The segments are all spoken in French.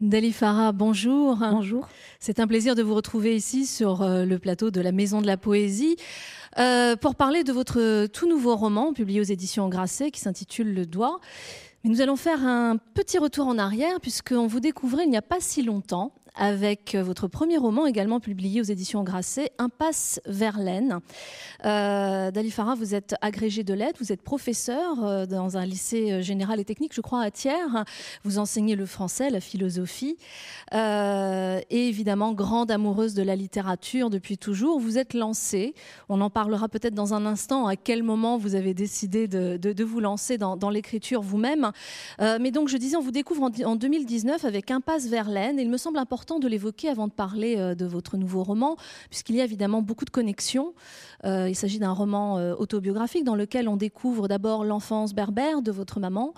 Dali Farah, bonjour. Bonjour. C'est un plaisir de vous retrouver ici sur le plateau de la Maison de la Poésie pour parler de votre tout nouveau roman publié aux éditions Grasset qui s'intitule Le Doigt. Mais nous allons faire un petit retour en arrière puisqu'on vous découvrait il n'y a pas si longtemps avec votre premier roman également publié aux éditions Grasset, Impasse Verlaine. Dali Farah, vous êtes agrégé de lettres, vous êtes professeur dans un lycée général et technique, je crois, à Thiers. Vous enseignez le français, la philosophie et évidemment grande amoureuse de la littérature depuis toujours. Vous êtes lancée, on en parlera peut-être dans un instant, à quel moment vous avez décidé de vous lancer dans l'écriture vous-même. Mais donc, je disais, on vous découvre en 2019 avec Impasse Verlaine et il me semble important de l'évoquer avant de parler de votre nouveau roman, puisqu'il y a évidemment beaucoup de connexions. Il s'agit d'un roman autobiographique dans lequel on découvre d'abord l'enfance berbère de votre maman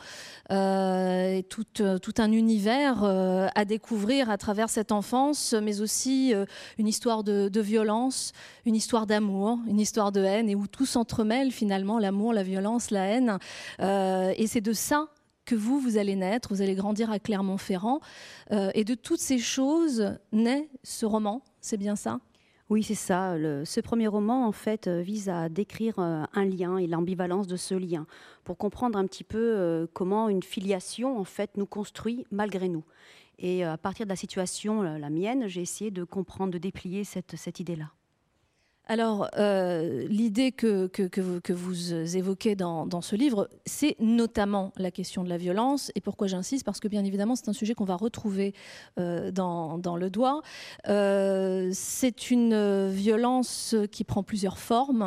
et tout un univers à découvrir à travers cette enfance, mais aussi une histoire de violence, une histoire d'amour, une histoire de haine, et où tout s'entremêle finalement, l'amour, la violence, la haine. Et c'est de ça que vous allez naître, vous allez grandir à Clermont-Ferrand. Et de toutes ces choses naît ce roman, c'est bien ça ? Oui, c'est ça. Ce premier roman, en fait, vise à décrire un lien et l'ambivalence de ce lien, pour comprendre un petit peu comment une filiation, en fait, nous construit malgré nous. Et à partir de la situation, la mienne, j'ai essayé de comprendre, de déplier cette idée-là. Alors, l'idée que vous évoquez dans ce livre, c'est notamment la question de la violence. Et pourquoi j'insiste ? Parce que bien évidemment, c'est un sujet qu'on va retrouver dans Le Doigt. C'est une violence qui prend plusieurs formes.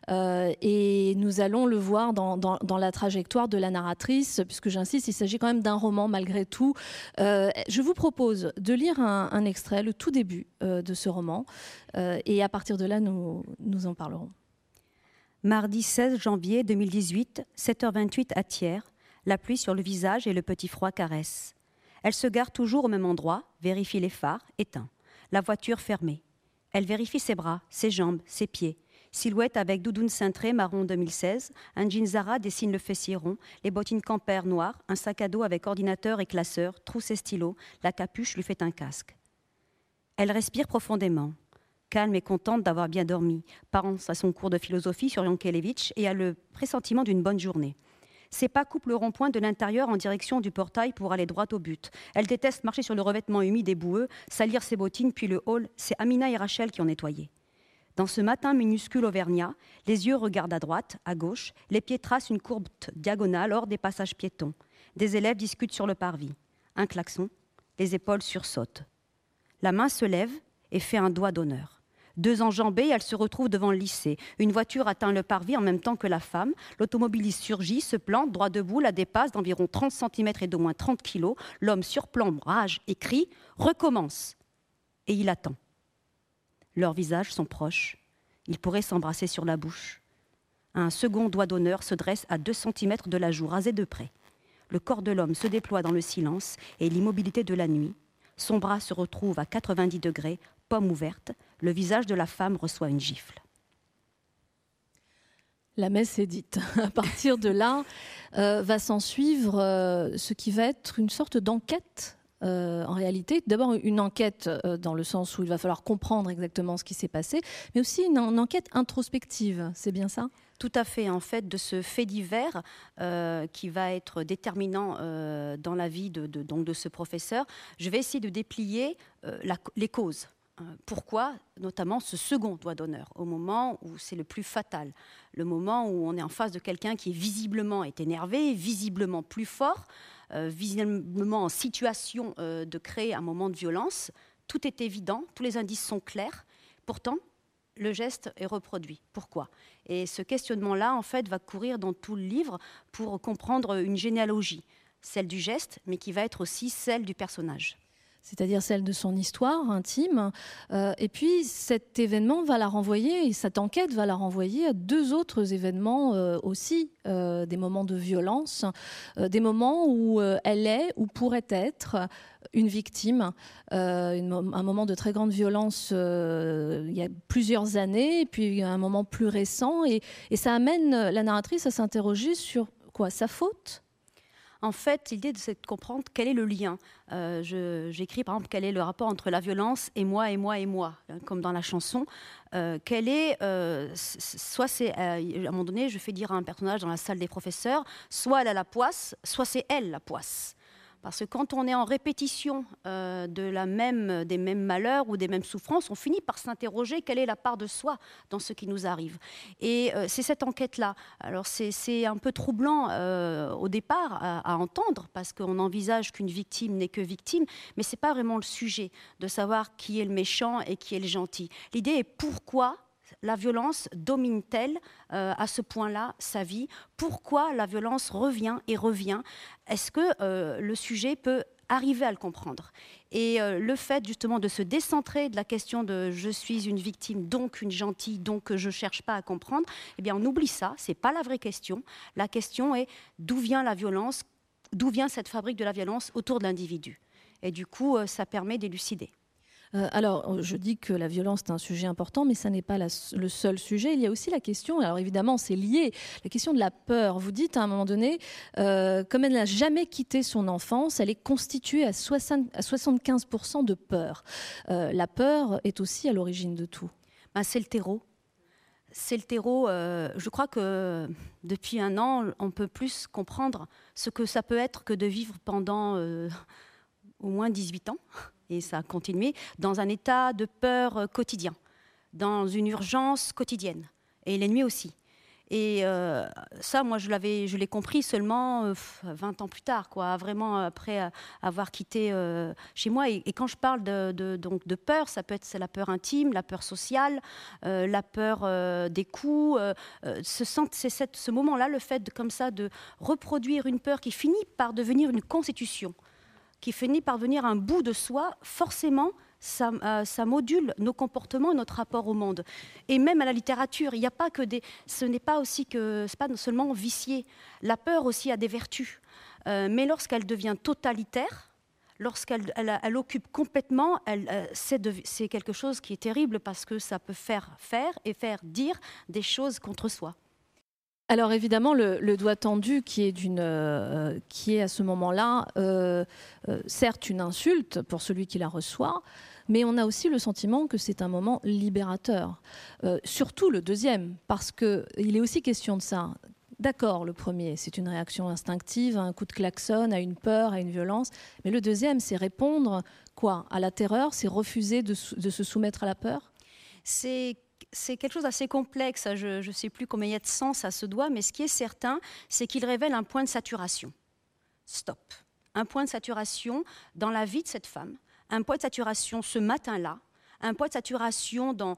Et nous allons le voir dans la trajectoire de la narratrice, puisque j'insiste, il s'agit quand même d'un roman malgré tout. Je vous propose de lire un extrait, le tout début de ce roman. Et à partir de là, nous en parlerons. Mardi 16 janvier 2018, 7h28 à Thiers, la pluie sur le visage et le petit froid caresse. Elle se gare toujours au même endroit, vérifie les phares, éteints. La voiture fermée. Elle vérifie ses bras, ses jambes, ses pieds. Silhouette avec doudoune cintrée marron 2016, un jean Zara dessine le fessier rond, les bottines Camper noires, un sac à dos avec ordinateur et classeur, trousse et stylo, la capuche lui fait un casque. Elle respire profondément. Calme et contente d'avoir bien dormi, pense à son cours de philosophie sur Yankelevitch et a le pressentiment d'une bonne journée. Ses pas coupent le rond-point de l'intérieur en direction du portail pour aller droit au but. Elle déteste marcher sur le revêtement humide et boueux, salir ses bottines, puis le hall, c'est Amina et Rachel qui ont nettoyé. Dans ce matin minuscule auvergnat, les yeux regardent à droite, à gauche, les pieds tracent une courbe diagonale hors des passages piétons. Des élèves discutent sur le parvis. Un klaxon, les épaules sursautent. La main se lève et fait un doigt d'honneur. 2 enjambées, elle se retrouve devant le lycée. Une voiture atteint le parvis en même temps que la femme. L'automobiliste surgit, se plante, droit debout, la dépasse d'environ 30 cm et d'au moins 30 kg. L'homme surplombe, rage et crie « Recommence !» Et il attend. Leurs visages sont proches. Ils pourraient s'embrasser sur la bouche. Un second doigt d'honneur se dresse à 2 cm de la joue, rasé de près. Le corps de l'homme se déploie dans le silence et l'immobilité de la nuit. Son bras se retrouve à 90 degrés, pomme ouverte. Le visage de la femme reçoit une gifle. La messe est dite. À partir de là, va s'en suivre ce qui va être une sorte d'enquête. En réalité, d'abord une enquête dans le sens où il va falloir comprendre exactement ce qui s'est passé, mais aussi une enquête introspective, c'est bien ça ? Tout à fait, en fait, de ce fait divers qui va être déterminant dans la vie donc de ce professeur. Je vais essayer de déplier les causes. Pourquoi, notamment, ce second doigt d'honneur, au moment où c'est le plus fatal, le moment où on est en face de quelqu'un qui visiblement est énervé, visiblement plus fort, visiblement en situation de créer un moment de violence. Tout est évident, tous les indices sont clairs. Pourtant, le geste est reproduit. Pourquoi ? Et ce questionnement-là, en fait, va courir dans tout le livre pour comprendre une généalogie, celle du geste, mais qui va être aussi celle du personnage. C'est-à-dire celle de son histoire intime. Et puis cet événement va la renvoyer, et cette enquête va la renvoyer à 2 autres événements aussi, des moments de violence, des moments où elle est ou pourrait être une victime, un moment de très grande violence il y a plusieurs années, et puis un moment plus récent. Et ça amène la narratrice à s'interroger sur quoi ? Sa faute ? En fait, l'idée, c'est de comprendre quel est le lien. J'écris, par exemple, quel est le rapport entre la violence et moi, et moi, et moi, comme dans la chanson. Quel est, soit c'est, à un moment donné, je fais dire à un personnage dans la salle des professeurs, soit elle a la poisse, soit c'est elle la poisse. Parce que quand on est en répétition des mêmes malheurs ou des mêmes souffrances, on finit par s'interroger quelle est la part de soi dans ce qui nous arrive. Et c'est cette enquête-là. Alors c'est un peu troublant au départ à entendre, parce qu'on envisage qu'une victime n'est que victime, mais ce n'est pas vraiment le sujet de savoir qui est le méchant et qui est le gentil. L'idée est pourquoi la violence domine-t-elle à ce point-là sa vie? Pourquoi la violence revient et revient? Est-ce que le sujet peut arriver à le comprendre? Et le fait justement de se décentrer de la question de « je suis une victime, donc une gentille, donc je ne cherche pas à comprendre », eh bien on oublie ça, ce n'est pas la vraie question. La question est d'où vient la violence, d'où vient cette fabrique de la violence autour de l'individu? Et du coup, ça permet d'élucider. Alors, je dis que la violence est un sujet important, mais ça n'est pas le seul sujet. Il y a aussi la question, alors évidemment c'est lié, la question de la peur. Vous dites à un moment donné, comme elle n'a jamais quitté son enfance, elle est constituée à 75% de peur. La peur est aussi à l'origine de tout. C'est le terreau. C'est le terreau. Je crois que depuis un an, on peut plus comprendre ce que ça peut être que de vivre pendant au moins 18 ans. Et ça a continué dans un état de peur quotidien, dans une urgence quotidienne, et les nuits aussi. Et ça, moi, je l'ai compris seulement 20 ans plus tard, quoi, vraiment après avoir quitté chez moi. Et quand je parle donc de peur, ça peut être la peur intime, la peur sociale, la peur des coups. C'est ce moment-là, le fait comme ça de reproduire une peur qui finit par devenir une constitution, qui finit par devenir un bout de soi, forcément, ça module nos comportements et notre rapport au monde. Et même à la littérature, il n'y a pas que ce n'est pas seulement vicié. La peur aussi a des vertus. Mais lorsqu'elle devient totalitaire, lorsqu'elle occupe complètement, c'est quelque chose qui est terrible, parce que ça peut faire dire des choses contre soi. Alors évidemment, le doigt tendu qui est à ce moment-là, certes une insulte pour celui qui la reçoit, mais on a aussi le sentiment que c'est un moment libérateur. Surtout le deuxième, parce qu'il est aussi question de ça. D'accord, le premier, c'est une réaction instinctive, à un coup de klaxon, à une peur, à une violence. Mais le deuxième, c'est répondre quoi? À la terreur, c'est refuser de se soumettre à la peur? C'est quelque chose d'assez complexe, je ne sais plus combien il y a de sens à ce doigt, mais ce qui est certain, c'est qu'il révèle un point de saturation. Stop. Un point de saturation dans la vie de cette femme, un point de saturation ce matin-là, un point de saturation dans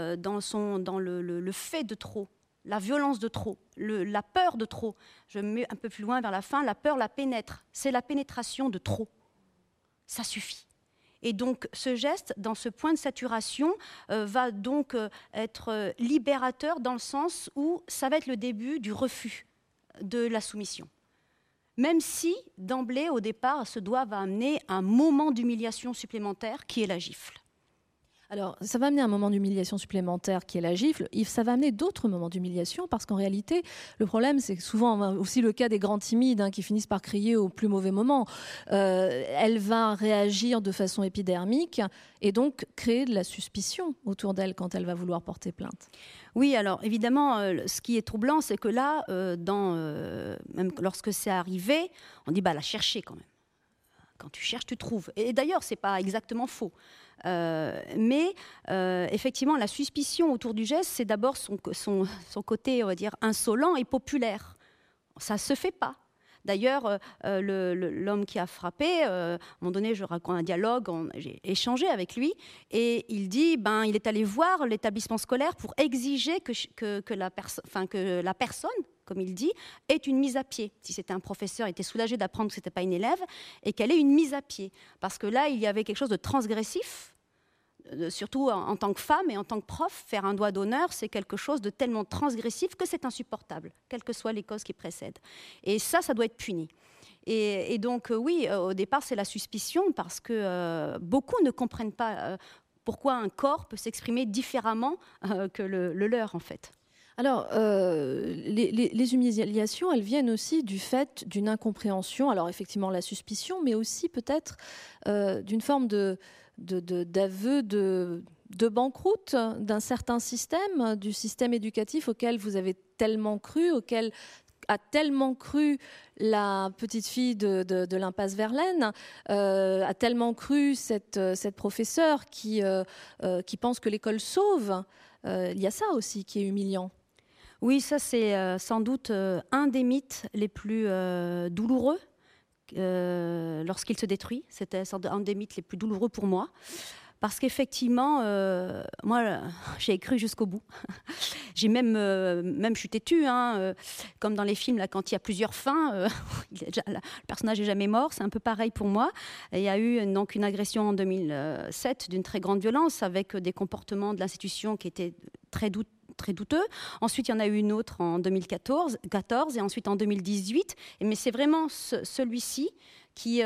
le fait de trop, la violence de trop, la peur de trop. Je me mets un peu plus loin vers la fin, la peur la pénètre, c'est la pénétration de trop. Ça suffit. Et donc, ce geste, dans ce point de saturation, va donc être libérateur dans le sens où ça va être le début du refus de la soumission. Même si, d'emblée, au départ, ce doigt va amener un moment d'humiliation supplémentaire qui est la gifle. Alors, ça va amener un moment d'humiliation supplémentaire qui est la gifle. Ça va amener d'autres moments d'humiliation, parce qu'en réalité, le problème, c'est souvent aussi le cas des grands timides qui finissent par crier au plus mauvais moment. Elle va réagir de façon épidermique et donc créer de la suspicion autour d'elle quand elle va vouloir porter plainte. Oui, alors évidemment, ce qui est troublant, c'est que là, même lorsque c'est arrivé, on dit la chercher quand même. Quand tu cherches, tu trouves. Et d'ailleurs, ce n'est pas exactement faux. Mais effectivement, la suspicion autour du geste, c'est d'abord son côté, on va dire, insolent et populaire. Ça ne se fait pas. D'ailleurs, l'homme qui a frappé, à un moment donné, je raconte un dialogue, j'ai échangé avec lui, et il dit il est allé voir l'établissement scolaire pour exiger que la personne, comme il dit, ait une mise à pied. Si c'était un professeur, il était soulagé d'apprendre que ce n'était pas une élève, et qu'elle ait une mise à pied. Parce que là, il y avait quelque chose de transgressif, surtout en tant que femme et en tant que prof, faire un doigt d'honneur, c'est quelque chose de tellement transgressif que c'est insupportable, quelles que soient les causes qui précèdent. Et ça doit être puni. Et donc, oui, au départ, c'est la suspicion, parce que beaucoup ne comprennent pas pourquoi un corps peut s'exprimer différemment que le leur, en fait. Alors, les humiliations, elles viennent aussi du fait d'une incompréhension, alors effectivement la suspicion, mais aussi peut-être d'une forme d'aveu de banqueroute d'un certain système, du système éducatif auquel vous avez tellement cru, auquel a tellement cru la petite fille de l'impasse Verlaine, a tellement cru cette professeure qui pense que l'école sauve. Il y a ça aussi qui est humiliant. Oui, ça c'est sans doute un des mythes les plus douloureux lorsqu'il se détruit. C'était un des mythes les plus douloureux pour moi. Parce qu'effectivement, moi, j'ai cru jusqu'au bout. J'ai même je suis têtue, hein, comme dans les films, là, quand il y a plusieurs fins, le personnage n'est jamais mort, c'est un peu pareil pour moi. Et il y a eu donc une agression en 2007 d'une très grande violence, avec des comportements de l'institution qui étaient très douteux. Ensuite, il y en a eu une autre en 2014 et ensuite en 2018. Mais c'est vraiment celui-ci qui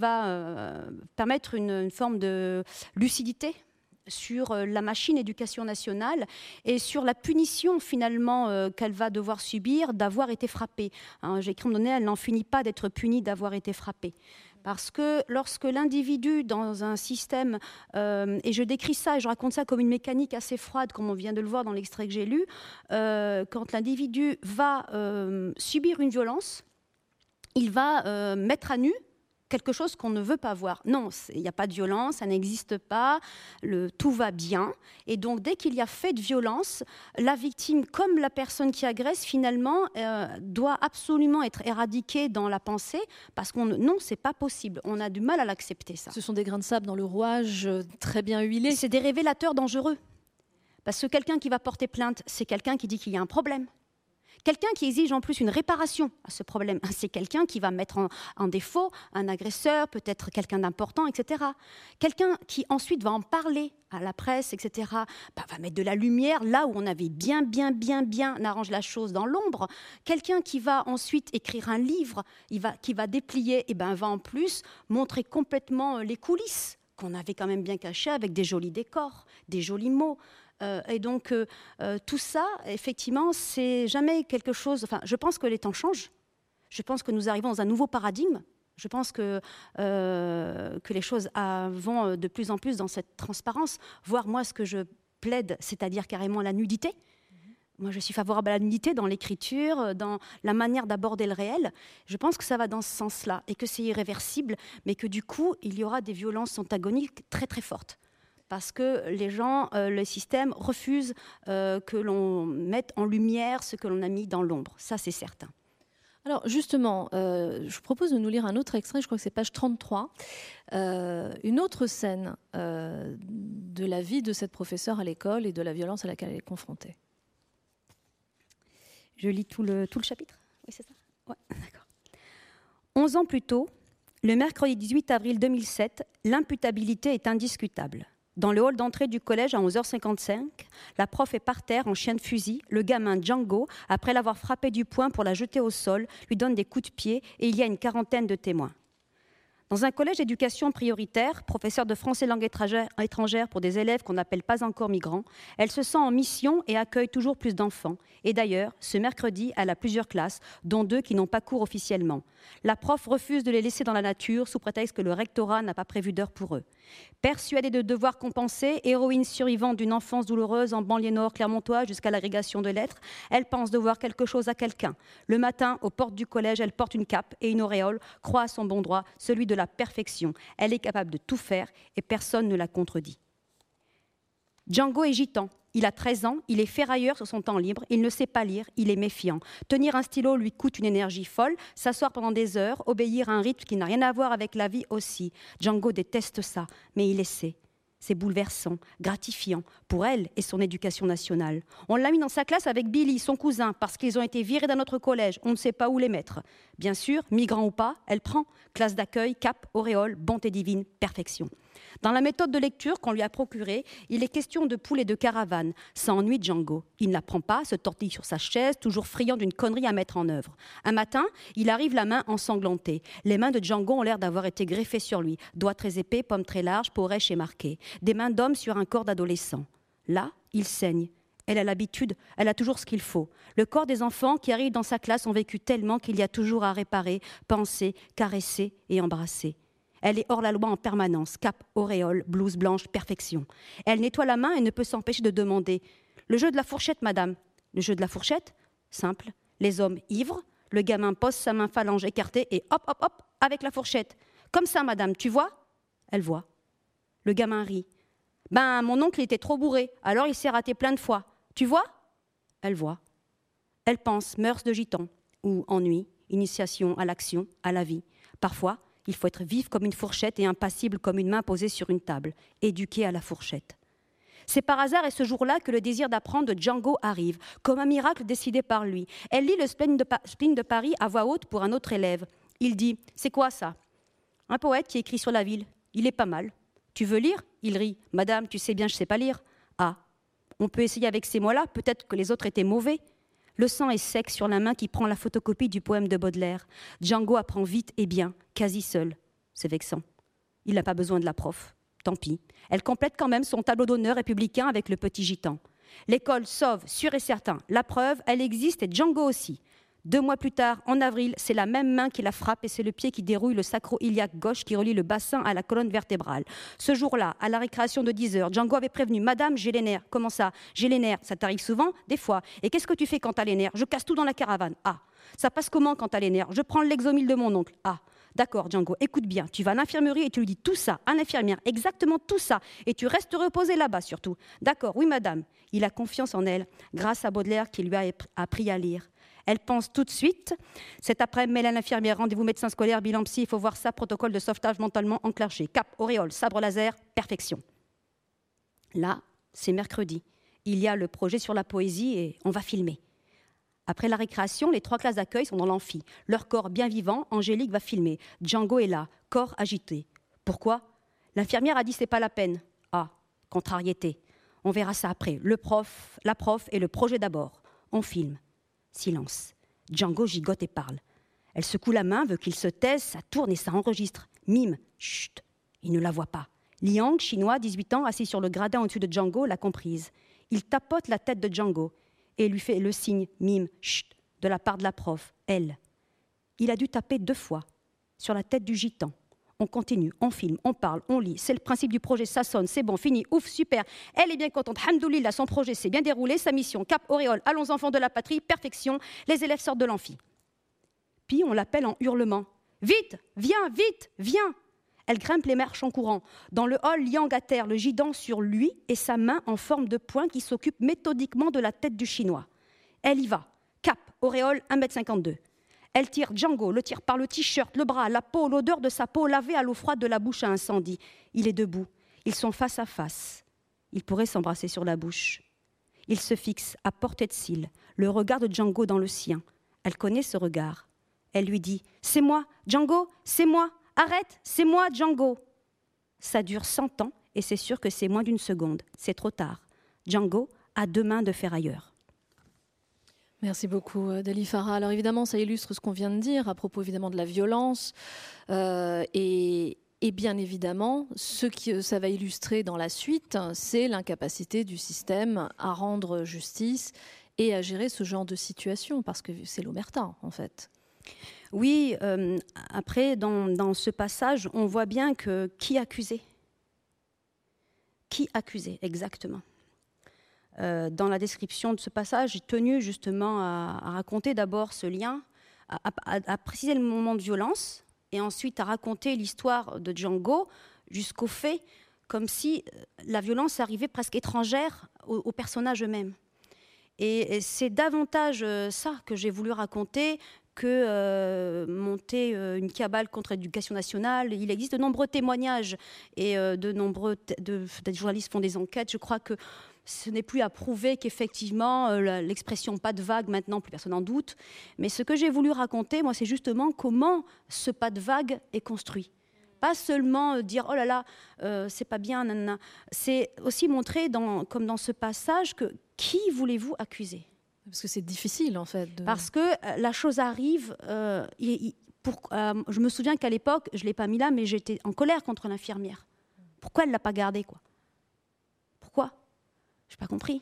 va permettre une forme de lucidité sur la machine éducation nationale et sur la punition finalement qu'elle va devoir subir d'avoir été frappée. Hein, j'ai écrit, elle n'en finit pas d'être punie d'avoir été frappée. Parce que lorsque l'individu dans un système, et je décris ça et je raconte ça comme une mécanique assez froide, comme on vient de le voir dans l'extrait que j'ai lu, quand l'individu va subir une violence, il va mettre à nu quelque chose qu'on ne veut pas voir. Non, il n'y a pas de violence, ça n'existe pas, tout va bien. Et donc, dès qu'il y a fait de violence, la victime, comme la personne qui agresse, finalement, doit absolument être éradiquée dans la pensée, parce non, c'est pas possible. On a du mal à l'accepter, ça. Ce sont des grains de sable dans le rouage très bien huilés. C'est des révélateurs dangereux. Parce que quelqu'un qui va porter plainte, c'est quelqu'un qui dit qu'il y a un problème. Quelqu'un qui exige en plus une réparation à ce problème, c'est quelqu'un qui va mettre en défaut un agresseur, peut-être quelqu'un d'important, etc. Quelqu'un qui ensuite va en parler à la presse, etc., va mettre de la lumière là où on avait bien arrangé la chose dans l'ombre. Quelqu'un qui va ensuite écrire un livre, qui va déplier, va en plus montrer complètement les coulisses qu'on avait quand même bien cachées avec des jolis décors, des jolis mots. Et donc, tout ça, effectivement, c'est jamais quelque chose... Enfin, je pense que les temps changent. Je pense que nous arrivons dans un nouveau paradigme. Je pense que les choses vont de plus en plus dans cette transparence. Voire moi, ce que je plaide, c'est-à-dire carrément la nudité. Moi, je suis favorable à la nudité dans l'écriture, dans la manière d'aborder le réel. Je pense que ça va dans ce sens-là et que c'est irréversible, mais que du coup, il y aura des violences antagoniques très, très fortes. Parce que les gens, le système refuse que l'on mette en lumière ce que l'on a mis dans l'ombre. Ça, c'est certain. Alors justement, je vous propose de nous lire un autre extrait, je crois que c'est page 33, une autre scène de la vie de cette professeure à l'école et de la violence à laquelle elle est confrontée. Je lis tout le chapitre ? Oui, c'est ça ? Ouais, d'accord. 11 ans plus tôt, le mercredi 18 avril 2007, l'imputabilité est indiscutable. Dans le hall d'entrée du collège à 11h55, la prof est par terre en chien de fusil. Le gamin Django, après l'avoir frappé du poing pour la jeter au sol, lui donne des coups de pied et il y a une quarantaine de témoins. Dans un collège d'éducation prioritaire, professeur de français langue étrangère pour des élèves qu'on n'appelle pas encore migrants, elle se sent en mission et accueille toujours plus d'enfants. Et d'ailleurs, ce mercredi, elle a plusieurs classes, dont 2 qui n'ont pas cours officiellement. La prof refuse de les laisser dans la nature sous prétexte que le rectorat n'a pas prévu d'heure pour eux. Persuadée de devoir compenser, héroïne survivante d'une enfance douloureuse en banlieue nord clermontoise jusqu'à l'agrégation de lettres, elle pense devoir quelque chose à quelqu'un. Le matin, aux portes du collège, elle porte une cape et une auréole, croit à son bon droit, celui de la perfection. Elle est capable de tout faire et personne ne la contredit. Django est gitan. Il a 13 ans, il est ferrailleur sur son temps libre, il ne sait pas lire, il est méfiant. Tenir un stylo lui coûte une énergie folle, s'asseoir pendant des heures, obéir à un rythme qui n'a rien à voir avec la vie aussi. Django déteste ça, mais il essaie. C'est bouleversant, gratifiant pour elle et son éducation nationale. On l'a mis dans sa classe avec Billy, son cousin, parce qu'ils ont été virés d'un autre collège. On ne sait pas où les mettre. Bien sûr, migrant ou pas, elle prend. Classe d'accueil, cap, auréole, bonté divine, perfection. Dans la méthode de lecture qu'on lui a procurée, il est question de poule et de caravane. Ça ennuie Django. Il ne la prend pas, se tortille sur sa chaise, toujours friand d'une connerie à mettre en œuvre. Un matin, il arrive la main ensanglantée. Les mains de Django ont l'air d'avoir été greffées sur lui. Doigts très épais, paumes très larges, peau rêche et marquée. Des mains d'homme sur un corps d'adolescent. Là, il saigne. Elle a l'habitude, elle a toujours ce qu'il faut. Le corps des enfants qui arrivent dans sa classe ont vécu tellement qu'il y a toujours à réparer, penser, caresser et embrasser. Elle est hors la loi en permanence, cap, auréole, blouse blanche, perfection. Elle nettoie la main et ne peut s'empêcher de demander « Le jeu de la fourchette, madame ?» Le jeu de la fourchette ? Simple. Les hommes ivres, le gamin pose sa main phalange écartée et hop, hop, hop, avec la fourchette. « Comme ça, madame, tu vois ?» Elle voit. Le gamin rit. « Ben, mon oncle était trop bourré, alors il s'est raté plein de fois. Tu vois ?» Elle voit. Elle pense mœurs de gitan, ou ennui, initiation à l'action, à la vie. Parfois, il faut être vif comme une fourchette et impassible comme une main posée sur une table, éduqué à la fourchette. C'est par hasard et ce jour-là que le désir d'apprendre de Django arrive, comme un miracle décidé par lui. Elle lit le Spleen de Paris à voix haute pour un autre élève. Il dit « C'est quoi ça ?»« Un poète qui écrit sur la ville. Il est pas mal. »« Tu veux lire ?» Il rit. « Madame, tu sais bien, je sais pas lire. »« Ah, on peut essayer avec ces mots-là, peut-être que les autres étaient mauvais. » Le sang est sec sur la main qui prend la photocopie du poème de Baudelaire. Django apprend vite et bien, quasi seul. C'est vexant. Il n'a pas besoin de la prof. Tant pis. Elle complète quand même son tableau d'honneur républicain avec le petit gitan. L'école sauve, sûr et certain. La preuve, elle existe et Django aussi. 2 mois plus tard, en avril, c'est la même main qui la frappe et c'est le pied qui dérouille le sacro-iliaque gauche qui relie le bassin à la colonne vertébrale. Ce jour-là, à la récréation de 10 heures, Django avait prévenu « Madame, j'ai les nerfs. » « Comment ça ? J'ai les nerfs. Ça t'arrive souvent ? Des fois. Et qu'est-ce que tu fais quand t'as les nerfs ? Je casse tout dans la caravane. Ah. Ça passe comment quand t'as les nerfs ? Je prends l'exomile de mon oncle. Ah. D'accord, Django, écoute bien. Tu vas à l'infirmerie et tu lui dis tout ça à l'infirmière, exactement tout ça. Et tu restes reposé là-bas surtout. D'accord, oui madame. Il a confiance en elle, grâce à Baudelaire qui lui a appris à lire. Elle pense tout de suite. Cet après-midi, mail à l'infirmière, rendez-vous médecin scolaire, bilan psy, il faut voir ça, protocole de sauvetage mentalement enclenché. Cap, auréole, sabre laser, perfection. Là, c'est mercredi. Il y a le projet sur la poésie et on va filmer. Après la récréation, les 3 classes d'accueil sont dans l'amphi. Leur corps bien vivant, Angélique va filmer. Django est là, corps agité. Pourquoi ? L'infirmière a dit c'est pas la peine. Ah, contrariété. On verra ça après. La prof et le projet d'abord. On filme. Silence. Django gigote et parle. Elle secoue la main, veut qu'il se taise, ça tourne et ça enregistre. Mime. Chut. Il ne la voit pas. Liang, chinois, 18 ans, assis sur le gradin au-dessus de Django, l'a comprise. Il tapote la tête de Django et lui fait le signe, mime, chut, de la part de la prof, elle. Il a dû taper 2 fois sur la tête du gitan. On continue, on filme, on parle, on lit. C'est le principe du projet, ça sonne, c'est bon, fini, ouf, super. Elle est bien contente, hamdoulillah, son projet s'est bien déroulé, sa mission, cap, auréole, allons enfants de la patrie, perfection. Les élèves sortent de l'amphi. Puis on l'appelle en hurlement. Vite, viens, vite, viens. Elle grimpe les marches en courant. Dans le hall, Liang à terre, le gitan sur lui et sa main en forme de poing qui s'occupe méthodiquement de la tête du chinois. Elle y va. Cap, auréole, 1,52 m. Elle tire Django, le tire par le t-shirt, le bras, la peau, l'odeur de sa peau lavée à l'eau froide de la bouche à incendie. Il est debout. Ils sont face à face. Ils pourraient s'embrasser sur la bouche. Ils se fixent à portée de cils, le regard de Django dans le sien. Elle connaît ce regard. Elle lui dit « C'est moi, Django, c'est moi. Arrête, c'est moi, Django !» Ça dure 100 ans et c'est sûr que c'est moins d'1 seconde. C'est trop tard. Django a 2 mains de ferrailleur. Merci beaucoup, Dali Farah. Alors évidemment, ça illustre ce qu'on vient de dire à propos évidemment de la violence et bien évidemment, ce que ça va illustrer dans la suite, c'est l'incapacité du système à rendre justice et à gérer ce genre de situation, parce que c'est l'omerta en fait. Oui, après, dans ce passage, on voit bien que qui accusait ? Qui accusait, exactement. Dans la description de ce passage, j'ai tenu justement à raconter d'abord ce lien, à préciser le moment de violence, et ensuite à raconter l'histoire de Django jusqu'au fait, comme si la violence arrivait presque étrangère aux personnages eux-mêmes. Et c'est davantage ça que j'ai voulu raconter que monter une cabale contre l'éducation nationale. Il existe de nombreux témoignages et des journalistes font des enquêtes. Je crois que ce n'est plus à prouver qu'effectivement l'expression « pas de vague », maintenant plus personne n'en doute. Mais ce que j'ai voulu raconter, moi, c'est justement comment ce pas de vague est construit. Pas seulement dire « oh là là, c'est pas bien, nanana ». C'est aussi montrer, comme dans ce passage, que qui voulez-vous accuser ? Parce que c'est difficile, en fait. Parce que la chose arrive... je me souviens qu'à l'époque, je ne l'ai pas mis là, mais j'étais en colère contre l'infirmière. Pourquoi elle ne l'a pas gardé, quoi ? Pourquoi ? Je n'ai pas compris.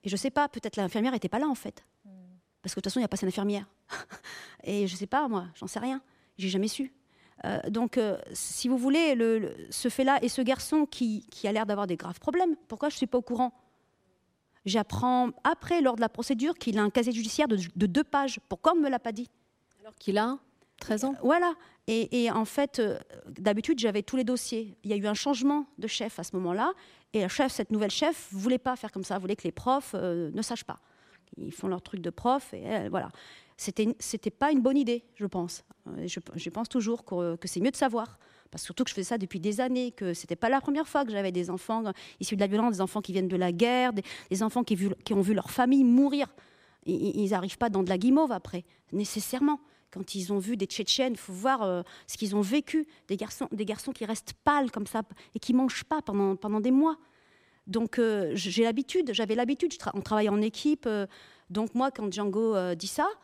Et je ne sais pas, peut-être l'infirmière n'était pas là en fait. Parce que de toute façon, il n'y a pas cette infirmière. Et je ne sais pas, moi, j'en sais rien. J'ai jamais su. Donc, si vous voulez, ce fait-là et ce garçon qui a l'air d'avoir des graves problèmes, pourquoi je ne suis pas au courant? J'apprends après, lors de la procédure, qu'il a un casier judiciaire de 2 pages. Pourquoi on ne me l'a pas dit? Alors qu'il a 13 ans. Voilà. Et en fait, d'habitude, j'avais tous les dossiers. Il y a eu un changement de chef à ce moment-là. Et cette nouvelle chef ne voulait pas faire comme ça. Elle voulait que les profs ne sachent pas. Ils font leur truc de prof. Et voilà. C'était pas une bonne idée, je pense. Je pense toujours que c'est mieux de savoir. Parce que surtout que je faisais ça depuis des années, que c'était pas la première fois que j'avais des enfants issus de la violence, des enfants qui viennent de la guerre, des enfants qui ont vu leur famille mourir. Ils n'arrivent pas dans de la guimauve après, nécessairement. Quand ils ont vu des Tchétchènes, il faut voir ce qu'ils ont vécu. Des garçons qui restent pâles comme ça et qui ne mangent pas pendant des mois. Donc j'avais l'habitude, on travaille en équipe. Donc moi, quand Django dit ça,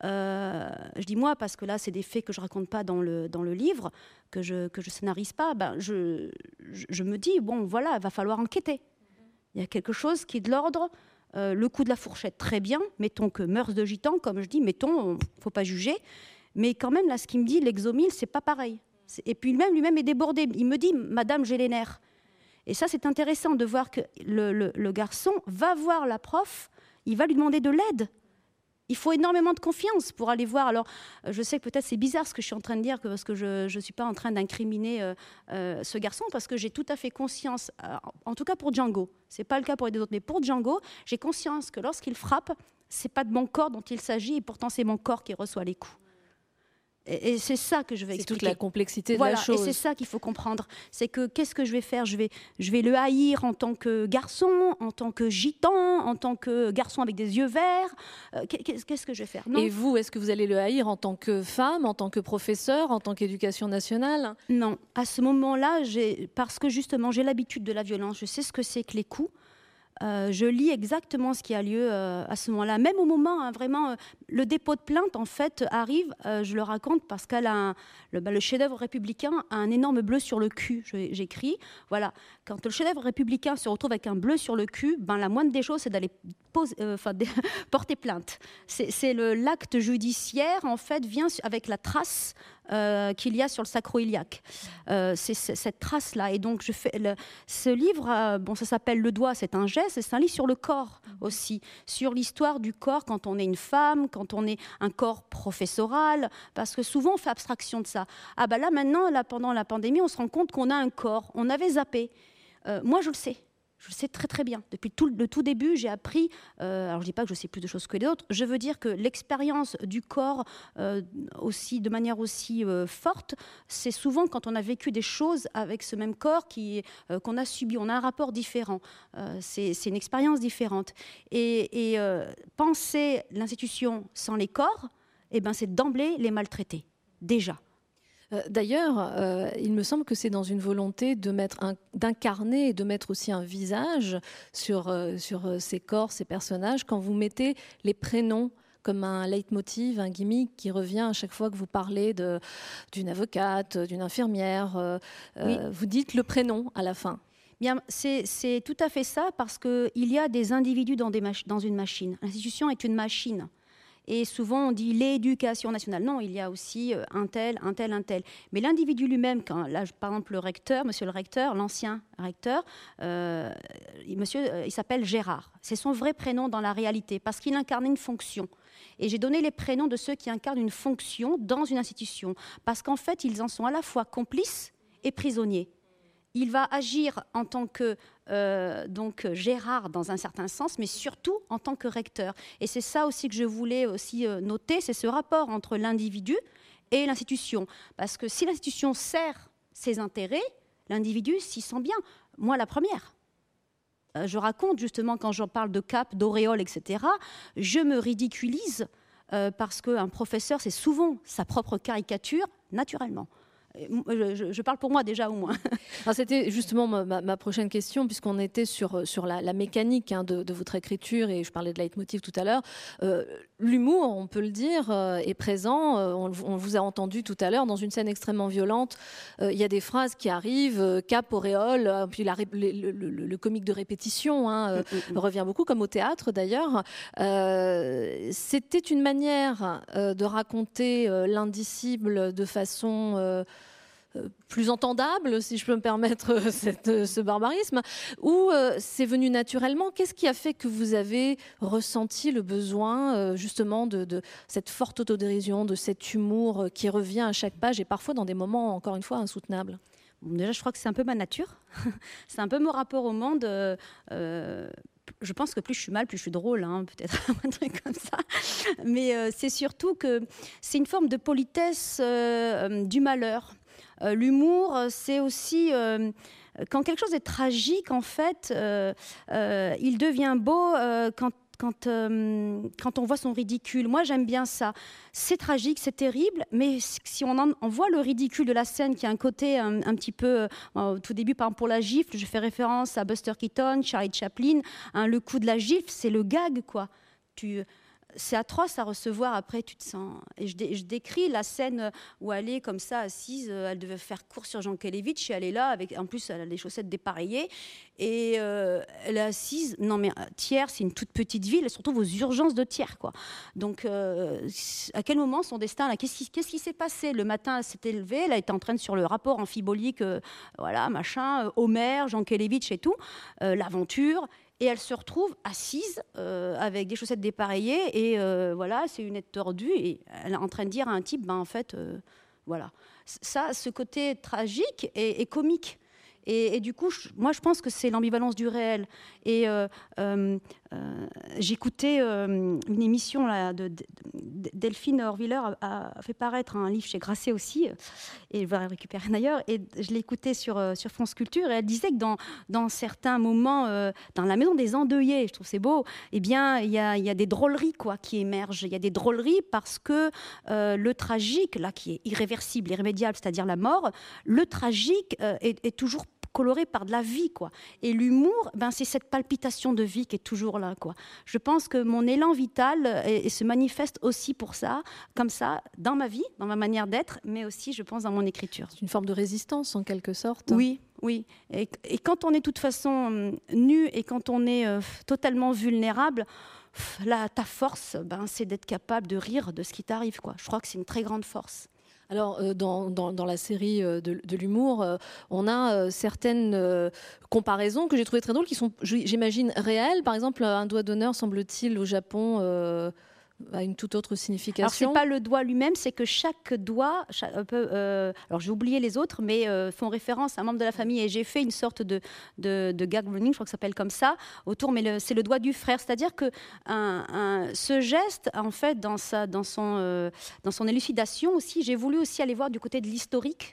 je dis moi parce que là, c'est des faits que je ne raconte pas dans le livre, que je scénarise pas. Je me dis, bon voilà, il va falloir enquêter. Il y a quelque chose qui est de l'ordre. Le coup de la fourchette, très bien. Mettons que mœurs de gitan, comme je dis, mettons, il ne faut pas juger. Mais quand même, là, ce qu'il me dit, l'exomile, c'est pas pareil. Et puis lui-même est débordé. Il me dit, madame, j'ai les nerfs. Et ça, c'est intéressant de voir que le garçon va voir la prof, il va lui demander de l'aide. Il faut énormément de confiance pour aller voir. Alors, je sais que peut-être c'est bizarre ce que je suis en train de dire, parce que je ne suis pas en train d'incriminer ce garçon, parce que j'ai tout à fait conscience, en tout cas pour Django, ce n'est pas le cas pour les deux autres, mais pour Django, j'ai conscience que lorsqu'il frappe, ce n'est pas de mon corps dont il s'agit, et pourtant c'est mon corps qui reçoit les coups. Et c'est ça que je vais expliquer. C'est toute la complexité voilà, de la chose. Et c'est ça qu'il faut comprendre. C'est que qu'est-ce que je vais faire ? Je vais le haïr en tant que garçon, en tant que gitan, en tant que garçon avec des yeux verts. Qu'est-ce que je vais faire ? Non. Et vous, est-ce que vous allez le haïr en tant que femme, en tant que professeur, en tant qu'éducation nationale ? Non. À ce moment-là, parce que justement, j'ai l'habitude de la violence, je sais ce que c'est que les coups. Je lis exactement ce qui a lieu à ce moment-là. Même au moment, vraiment, le dépôt de plainte, en fait, arrive, je le raconte, parce qu'elle a le chef-d'œuvre républicain a un énorme bleu sur le cul, j'écris. Voilà. Quand le chef-d'œuvre républicain se retrouve avec un bleu sur le cul, la moindre des choses, c'est d'aller porter plainte. C'est l'acte judiciaire, en fait, vient avec la trace qu'il y a sur le sacro-iliaque. C'est cette trace-là. Et donc, ce livre, ça s'appelle Le doigt, c'est un geste, et c'est un livre sur le corps aussi, sur l'histoire du corps quand on est une femme, quand on est un corps professoral, parce que souvent, on fait abstraction de ça. Là, maintenant, pendant la pandémie, on se rend compte qu'on a un corps. On avait zappé. Moi, je le sais. Je le sais très très bien. Depuis le tout début, j'ai appris, alors je ne dis pas que je sais plus de choses que les autres, je veux dire que l'expérience du corps aussi, de manière aussi forte, c'est souvent quand on a vécu des choses avec ce même corps qu'on a subi, on a un rapport différent. C'est une expérience différente. Et penser l'institution sans les corps, c'est d'emblée les maltraiter, déjà. D'ailleurs, il me semble que c'est dans une volonté d'incarner et de mettre aussi un visage sur ces corps, ces personnages, quand vous mettez les prénoms comme un leitmotiv, un gimmick qui revient à chaque fois que vous parlez d'une avocate, d'une infirmière. Oui. Vous dites le prénom à la fin. Bien, c'est tout à fait ça, parce qu'il y a des individus dans une machine. L'institution est une machine. Et souvent, on dit l'éducation nationale. Non, il y a aussi un tel. Mais l'individu lui-même, là, par exemple, le recteur, monsieur le recteur, l'ancien recteur, il s'appelle Gérard. C'est son vrai prénom dans la réalité, parce qu'il incarne une fonction. Et j'ai donné les prénoms de ceux qui incarnent une fonction dans une institution, parce qu'en fait, ils en sont à la fois complices et prisonniers. Il va agir en tant que Gérard dans un certain sens, mais surtout en tant que recteur. Et c'est ça aussi que je voulais aussi noter, c'est ce rapport entre l'individu et l'institution. Parce que si l'institution sert ses intérêts, l'individu s'y sent bien. Moi, la première. Je raconte justement quand j'en parle de cap, d'auréole, etc., je me ridiculise parce qu'un professeur, c'est souvent sa propre caricature, naturellement. Je parle pour moi déjà au moins. C'était justement ma prochaine question, puisqu'on était sur la mécanique de votre écriture, et je parlais de leitmotiv tout à l'heure. L'humour, on peut le dire, est présent. On vous a entendu tout à l'heure dans une scène extrêmement violente. Il y a des phrases qui arrivent, cap, auréole, puis le comique de répétition revient beaucoup, comme au théâtre d'ailleurs. C'était une manière de raconter l'indicible de façon plus entendable, si je peux me permettre ce barbarisme, ou c'est venu naturellement? Qu'est-ce qui a fait que vous avez ressenti le besoin justement de cette forte autodérision, de cet humour qui revient à chaque page et parfois dans des moments, encore une fois, insoutenables? Bon, déjà, je crois que c'est un peu ma nature. C'est un peu mon rapport au monde. Je pense que plus je suis mal, plus je suis drôle, peut-être un truc comme ça. Mais c'est surtout que c'est une forme de politesse du malheur. L'humour, c'est aussi quand quelque chose est tragique, en fait, il devient beau quand on voit son ridicule. Moi, j'aime bien ça. C'est tragique, c'est terrible, mais si on voit le ridicule de la scène, qui a un côté un petit peu, au tout début, par exemple, pour la gifle, je fais référence à Buster Keaton, Charlie Chaplin, le coup de la gifle, c'est le gag, quoi. C'est atroce à recevoir, après tu te sens... Et je décris la scène où elle est comme ça, assise, elle devait faire cours sur Jean Kelevitch, et elle est là, en plus elle a les chaussettes dépareillées, et elle est assise. Non mais Thiers, c'est une toute petite ville, elle se retrouve aux urgences de Thiers, quoi. Donc à quel moment son destin, là, qu'est-ce qui s'est passé? Le matin, elle s'était levée, elle a été entraînée sur le rapport amphibolique, voilà, machin, Homer, Jean Kelevitch et tout, l'aventure. Et elle se retrouve assise avec des chaussettes dépareillées, et voilà, c'est une tête tordue, et elle est en train de dire à un type, en fait, voilà. Ça, ce côté tragique et comique. Et du coup, moi, je pense que c'est l'ambivalence du réel. Et j'écoutais une émission là, Delphine Horviller a fait paraître un livre chez Grasset aussi, et je vais le récupérer d'ailleurs, et je l'écoutais sur France Culture, et elle disait que dans certains moments, dans la maison des endeuillés, je trouve c'est beau, eh bien, il y a des drôleries, quoi, qui émergent. Il y a des drôleries parce que le tragique, là, qui est irréversible, irrémédiable, c'est-à-dire la mort, le tragique est toujours coloré par de la vie, quoi. Et l'humour, c'est cette palpitation de vie qui est toujours là, quoi. Je pense que mon élan vital se manifeste aussi pour ça, comme ça, dans ma vie, dans ma manière d'être, mais aussi, je pense, dans mon écriture. C'est une forme de résistance, en quelque sorte. Oui. Et quand on est de toute façon nu, et quand on est totalement vulnérable, là, ta force, c'est d'être capable de rire de ce qui t'arrive, quoi. Je crois que c'est une très grande force. Alors, dans la série de l'humour, on a certaines comparaisons que j'ai trouvées très drôles, qui sont, j'imagine, réelles. Par exemple, un doigt d'honneur, semble-t-il, au Japon, a une toute autre signification. Alors, c'est pas le doigt lui-même, c'est que chaque doigt alors j'ai oublié les autres, mais font référence à un membre de la famille, et j'ai fait une sorte de gag running, je crois que ça s'appelle comme ça, autour, mais c'est le doigt du frère, c'est-à-dire que ce geste, en fait, dans son élucidation aussi, j'ai voulu aussi aller voir du côté de l'historique,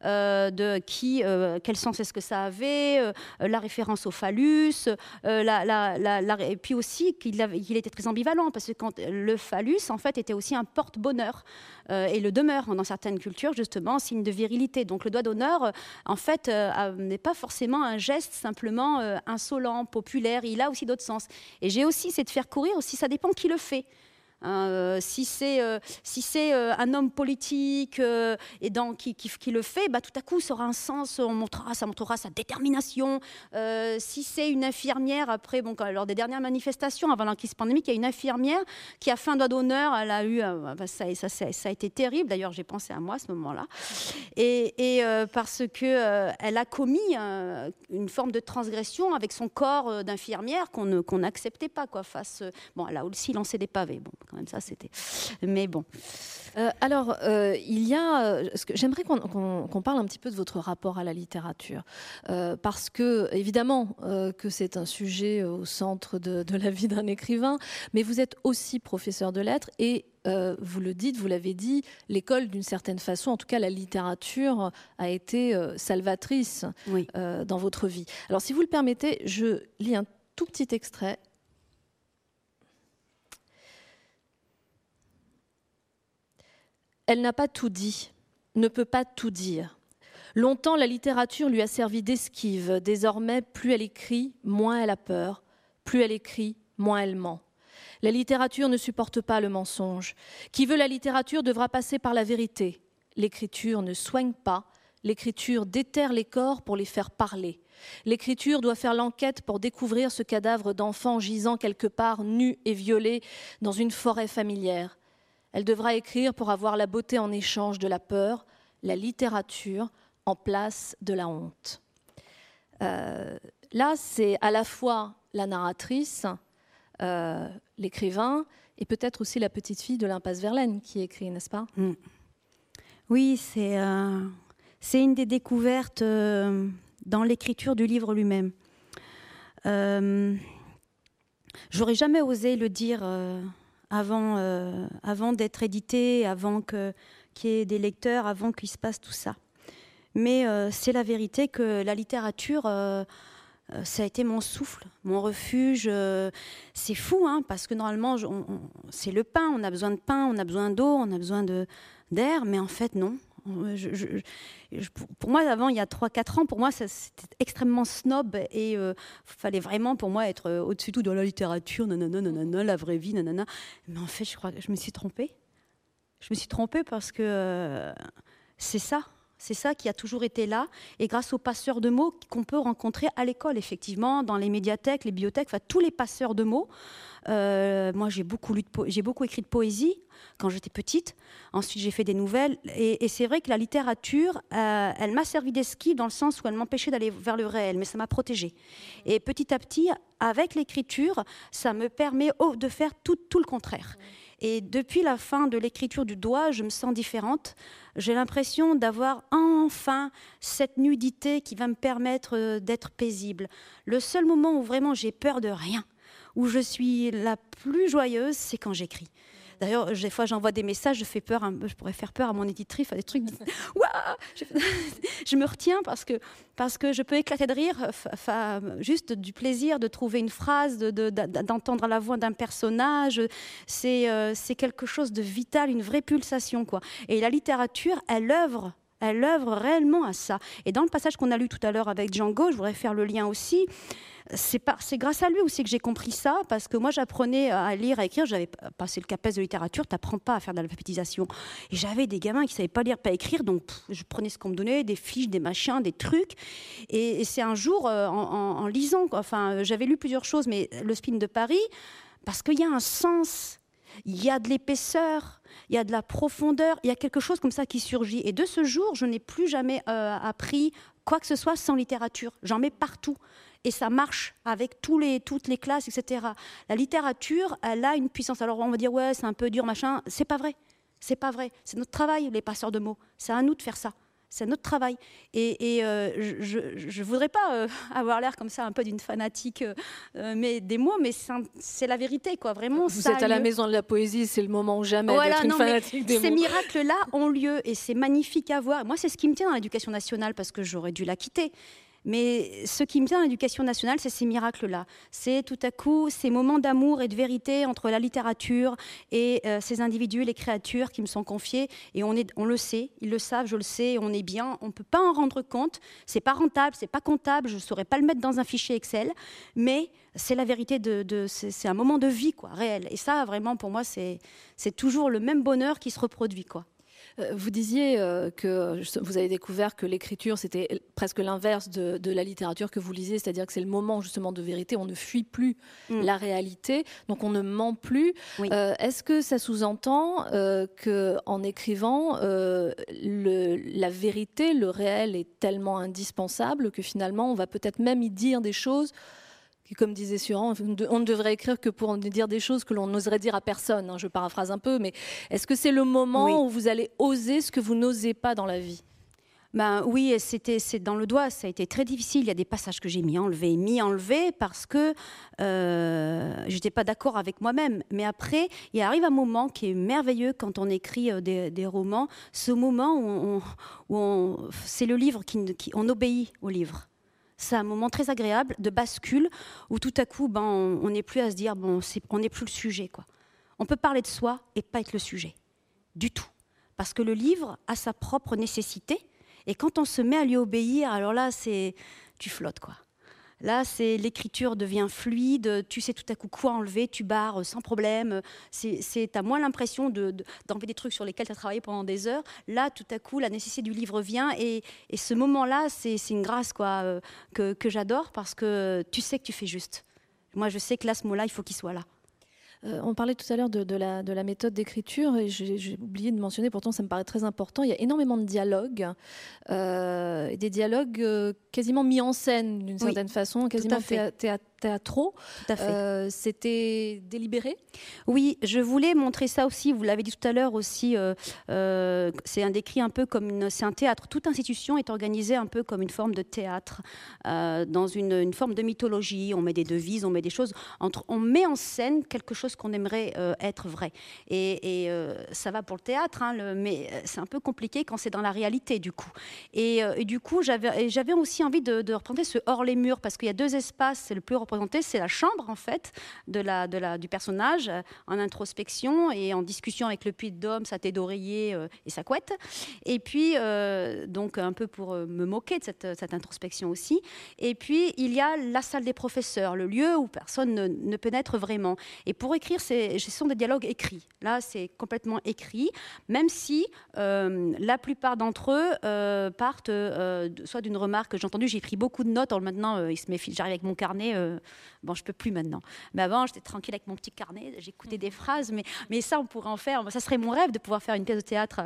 quel sens est-ce que ça avait, la référence au phallus, et puis aussi qu'il était très ambivalent, parce que le phallus, en fait, était aussi un porte-bonheur, et le demeure dans certaines cultures, justement, signe de virilité. Donc le doigt d'honneur, en fait, n'est pas forcément un geste simplement insolent, populaire, il a aussi d'autres sens. Et j'ai aussi essayé de faire courir aussi, ça dépend qui le fait. Si c'est un homme politique qui le fait, tout à coup ça aura un sens, ça montrera sa détermination. Si c'est une infirmière, après, lors des dernières manifestations avant la crise pandémique, il y a une infirmière qui a fait un doigt d'honneur, elle a eu, ça a été terrible, d'ailleurs j'ai pensé à moi à ce moment-là, et parce que elle a commis une forme de transgression avec son corps d'infirmière qu'on n'acceptait pas, quoi, elle a aussi lancé des pavés, quand même, ça c'était... Mais bon. J'aimerais qu'on parle un petit peu de votre rapport à la littérature, parce que, évidemment, que c'est un sujet au centre de la vie d'un écrivain, mais vous êtes aussi professeur de lettres, et vous l'avez dit, l'école, d'une certaine façon, en tout cas la littérature, a été salvatrice, oui, dans votre vie. Alors, si vous le permettez, je lis un tout petit extrait. Elle n'a pas tout dit, ne peut pas tout dire. Longtemps, la littérature lui a servi d'esquive. Désormais, plus elle écrit, moins elle a peur. Plus elle écrit, moins elle ment. La littérature ne supporte pas le mensonge. Qui veut la littérature devra passer par la vérité. L'écriture ne soigne pas. L'écriture déterre les corps pour les faire parler. L'écriture doit faire l'enquête pour découvrir ce cadavre d'enfant gisant quelque part, nu et violé, dans une forêt familière. Elle devra écrire pour avoir la beauté en échange de la peur, la littérature en place de la honte. Là, c'est à la fois la narratrice, l'écrivain, et peut-être aussi la petite fille de l'impasse Verlaine qui écrit, n'est-ce pas ? Oui, c'est une des découvertes dans l'écriture du livre lui-même. J'aurais jamais osé le dire avant d'être édité, avant qu'il y ait des lecteurs, avant qu'il se passe tout ça. Mais c'est la vérité que la littérature, ça a été mon souffle, mon refuge. C'est fou, hein, parce que normalement, c'est le pain, on a besoin de pain, on a besoin d'eau, on a besoin d'air, mais en fait, non. Pour moi, avant, il y a 3-4 ans, pour moi, c'était extrêmement snob et il fallait vraiment, pour moi, être au-dessus de tout dans la littérature, nanana, nanana, la vraie vie, nanana. Mais en fait, je crois que je me suis trompée. Je me suis trompée parce que c'est ça. C'est ça qui a toujours été là, et grâce aux passeurs de mots qu'on peut rencontrer à l'école, effectivement, dans les médiathèques, les bibliothèques, enfin tous les passeurs de mots. Moi, j'ai beaucoup écrit de poésie quand j'étais petite. Ensuite, j'ai fait des nouvelles, et c'est vrai que la littérature, elle m'a servi d'esquive dans le sens où elle m'empêchait d'aller vers le réel, mais ça m'a protégée. Et petit à petit, avec l'écriture, ça me permet de faire tout le contraire. Et depuis la fin de l'écriture du doigt, je me sens différente. J'ai l'impression d'avoir enfin cette nudité qui va me permettre d'être paisible. Le seul moment où vraiment j'ai peur de rien, où je suis la plus joyeuse, c'est quand j'écris. D'ailleurs, des fois, j'envoie des messages, je pourrais faire peur à mon éditrice, des trucs. Je me retiens parce que je peux éclater de rire, juste du plaisir de trouver une phrase, d'entendre la voix d'un personnage. C'est quelque chose de vital, une vraie pulsation, quoi. Et la littérature, elle œuvre réellement à ça. Et dans le passage qu'on a lu tout à l'heure avec Django, je voudrais faire le lien aussi. C'est grâce à lui aussi que j'ai compris ça, parce que moi j'apprenais à lire, à écrire, j'avais passé le CAPES de littérature, t'apprends pas à faire de l'alphabétisation. Et j'avais des gamins qui savaient pas lire, pas écrire, donc je prenais ce qu'on me donnait, des fiches, des machins, des trucs. Et c'est un jour, en lisant, enfin j'avais lu plusieurs choses, mais le Spin de Paris, parce qu'il y a un sens, il y a de l'épaisseur, il y a de la profondeur, il y a quelque chose comme ça qui surgit. Et de ce jour, je n'ai plus jamais appris quoi que ce soit sans littérature. J'en mets partout. Et ça marche avec toutes les classes, etc. La littérature, elle a une puissance. Alors on va dire, ouais, c'est un peu dur, machin. C'est pas vrai. C'est pas vrai. C'est notre travail, les passeurs de mots. C'est à nous de faire ça. C'est notre travail. Et je voudrais pas avoir l'air comme ça un peu d'une fanatique mais des mots, mais c'est la vérité, quoi. Vraiment, vous êtes à la Maison de la Poésie, c'est le moment jamais d'être une fanatique des mots. Ces miracles-là ont lieu et c'est magnifique à voir. Moi, c'est ce qui me tient dans l'éducation nationale parce que j'aurais dû la quitter. Mais ce qui me tient dans l'éducation nationale, c'est ces miracles-là. C'est tout à coup ces moments d'amour et de vérité entre la littérature et ces individus, les créatures qui me sont confiés. Et on le sait, ils le savent, je le sais, on est bien. On ne peut pas en rendre compte. C'est pas rentable, c'est pas comptable. Je ne saurais pas le mettre dans un fichier Excel. Mais c'est la vérité, c'est un moment de vie, quoi, réel. Et ça, vraiment, pour moi, c'est toujours le même bonheur qui se reproduit, quoi. Vous disiez que vous avez découvert que l'écriture, c'était presque l'inverse de la littérature que vous lisiez, c'est-à-dire que c'est le moment justement de vérité, on ne fuit plus la réalité, donc on ne ment plus. Oui. Est-ce que ça sous-entend qu'en écrivant, la vérité, le réel est tellement indispensable que finalement on va peut-être même y dire des choses comme disait Suran, on ne devrait écrire que pour dire des choses que l'on n'oserait dire à personne. Je paraphrase un peu, mais est-ce que c'est le moment où vous allez oser ce que vous n'osez pas dans la vie ? Oui, c'est dans le doigt, ça a été très difficile. Il y a des passages que j'ai mis enlevés parce que je n'étais pas d'accord avec moi-même. Mais après, il arrive un moment qui est merveilleux quand on écrit des romans. Ce moment où c'est le livre, on obéit au livre. C'est un moment très agréable de bascule où tout à coup, on n'est plus à se dire, on n'est plus le sujet, quoi. On peut parler de soi et pas être le sujet, du tout. parce que le livre a sa propre nécessité. Et quand on se met à lui obéir, alors là, tu flottes, quoi. Là, l'écriture devient fluide, tu sais tout à coup quoi enlever, tu barres sans problème. Tu as moins l'impression d'enlever des trucs sur lesquels tu as travaillé pendant des heures. Là, tout à coup, la nécessité du livre vient et ce moment-là, c'est une grâce quoi, que j'adore parce que tu sais que tu fais juste. Moi, je sais que là, ce mot-là, il faut qu'il soit là. On parlait tout à l'heure de la méthode d'écriture et j'ai oublié de mentionner, pourtant ça me paraît très important, il y a énormément de dialogues, des dialogues quasiment mis en scène d'une certaine façon, quasiment théâtraux. Tout à fait. C'était délibéré ? Oui, je voulais montrer ça aussi, vous l'avez dit tout à l'heure aussi, c'est décrit un peu comme c'est un théâtre. Toute institution est organisée un peu comme une forme de théâtre, dans une forme de mythologie. On met des devises, on met des choses, on met en scène quelque chose qu'on aimerait être vrai. Et ça va pour le théâtre, hein, mais c'est un peu compliqué quand c'est dans la réalité du coup. Et du coup, j'avais aussi envie de représenter ce hors les murs, parce qu'il y a deux espaces, c'est le plus représenté, c'est la chambre en fait du personnage, en introspection et en discussion avec le puits-de-dôme, sa tête d'oreiller et sa couette. Et puis, donc un peu pour me moquer de cette introspection aussi. Et puis, il y a la salle des professeurs, le lieu où personne ne pénètre vraiment. Et pour écrire, ce sont des dialogues écrits. Là, c'est complètement écrit, même si la plupart d'entre eux partent soit d'une remarque que j'ai entendue. J'ai pris beaucoup de notes. Maintenant, il se méfie. J'arrive avec mon carnet. Bon, je peux plus maintenant. Mais avant, j'étais tranquille avec mon petit carnet. J'écoutais des phrases. Mais ça, on pourrait en faire. Ça serait mon rêve de pouvoir faire une pièce de théâtre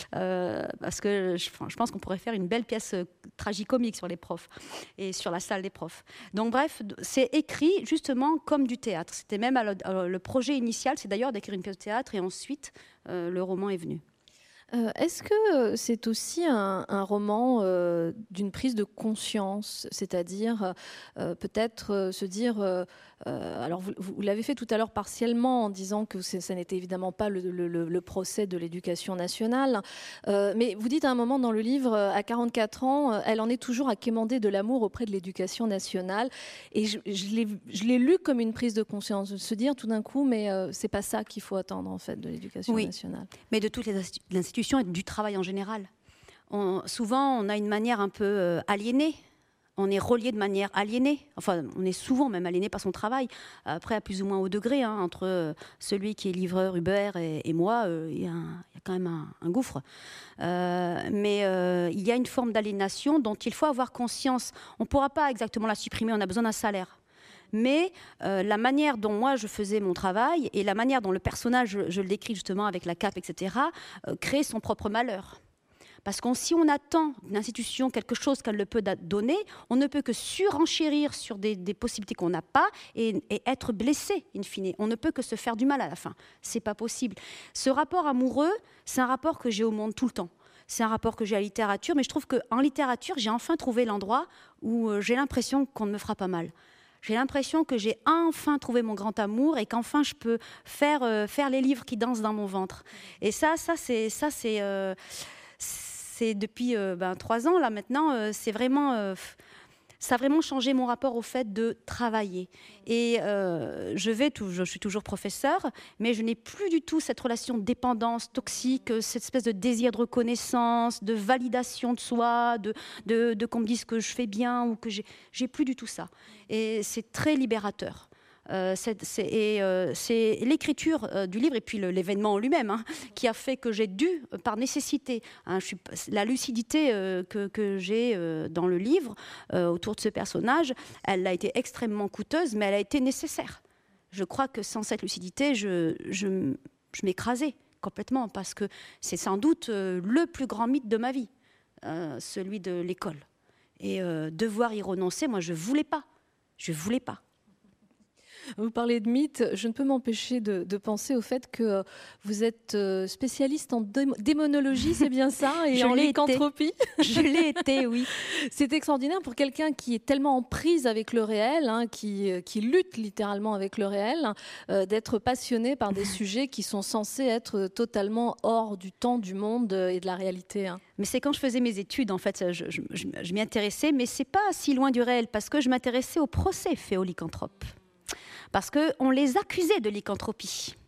parce que je pense qu'on pourrait faire une belle pièce tragicomique sur les profs et sur la salle des profs. Donc bref, c'est écrit justement comme du théâtre. C'était même le projet initial, c'est d'ailleurs d'écrire une pièce de théâtre et ensuite le roman est venu. Est-ce que c'est aussi un roman d'une prise de conscience, c'est-à-dire peut-être se dire, alors vous l'avez fait tout à l'heure partiellement en disant que ça n'était évidemment pas le procès de l'éducation nationale, mais vous dites à un moment dans le livre, à 44 ans, elle en est toujours à quémander de l'amour auprès de l'éducation nationale, et je l'ai lu comme une prise de conscience, de se dire tout d'un coup, mais c'est pas ça qu'il faut attendre en fait de l'éducation nationale. Mais de toutes les institutions et du travail en général. Souvent, on a une manière un peu aliénée. On est relié de manière aliénée. Enfin, on est souvent même aliéné par son travail. Après, à plus ou moins haut degré, hein, entre celui qui est livreur Uber et moi, il y a quand même un gouffre. Mais il y a une forme d'aliénation dont il faut avoir conscience. On ne pourra pas exactement la supprimer, on a besoin d'un salaire. Mais la manière dont moi je faisais mon travail et la manière dont le personnage, je le décris justement avec la cape, etc., crée son propre malheur. Parce que si on attend d'une institution quelque chose qu'elle ne peut donner, on ne peut que surenchérir sur des possibilités qu'on n'a pas et être blessé, in fine. On ne peut que se faire du mal à la fin. Ce n'est pas possible. Ce rapport amoureux, c'est un rapport que j'ai au monde tout le temps. C'est un rapport que j'ai à la littérature, mais je trouve qu'en littérature, j'ai enfin trouvé l'endroit où j'ai l'impression qu'on ne me fera pas mal. J'ai l'impression que j'ai enfin trouvé mon grand amour et qu'enfin je peux faire les livres qui dansent dans mon ventre. Et ça c'est depuis 3 ans là maintenant. C'est vraiment ça a vraiment changé mon rapport au fait de travailler. Et je suis toujours professeure, mais je n'ai plus du tout cette relation de dépendance toxique, cette espèce de désir de reconnaissance, de validation de soi, de qu'on me dise que je fais bien ou que j'ai plus du tout ça. Et c'est très libérateur. C'est l'écriture du livre et puis l'événement en lui-même qui a fait que j'ai dû, par nécessité, la lucidité que j'ai dans le livre autour de ce personnage, elle a été extrêmement coûteuse, mais elle a été nécessaire. Je crois que sans cette lucidité, je m'écrasais complètement parce que c'est sans doute le plus grand mythe de ma vie, celui de l'école. Et devoir y renoncer, moi je voulais pas. Vous parlez de mythe, je ne peux m'empêcher de penser au fait que vous êtes spécialiste en démonologie, c'est bien ça, et en lycanthropie. Je l'ai été, oui. C'est extraordinaire pour quelqu'un qui est tellement en prise avec le réel, qui lutte littéralement avec le réel, d'être passionné par des sujets qui sont censés être totalement hors du temps, du monde et de la réalité. Mais c'est quand je faisais mes études, en fait, je m'y intéressais, mais c'est pas si loin du réel, parce que je m'intéressais au procès fait aux lycanthropes. Parce qu'on les accusait de lycanthropie.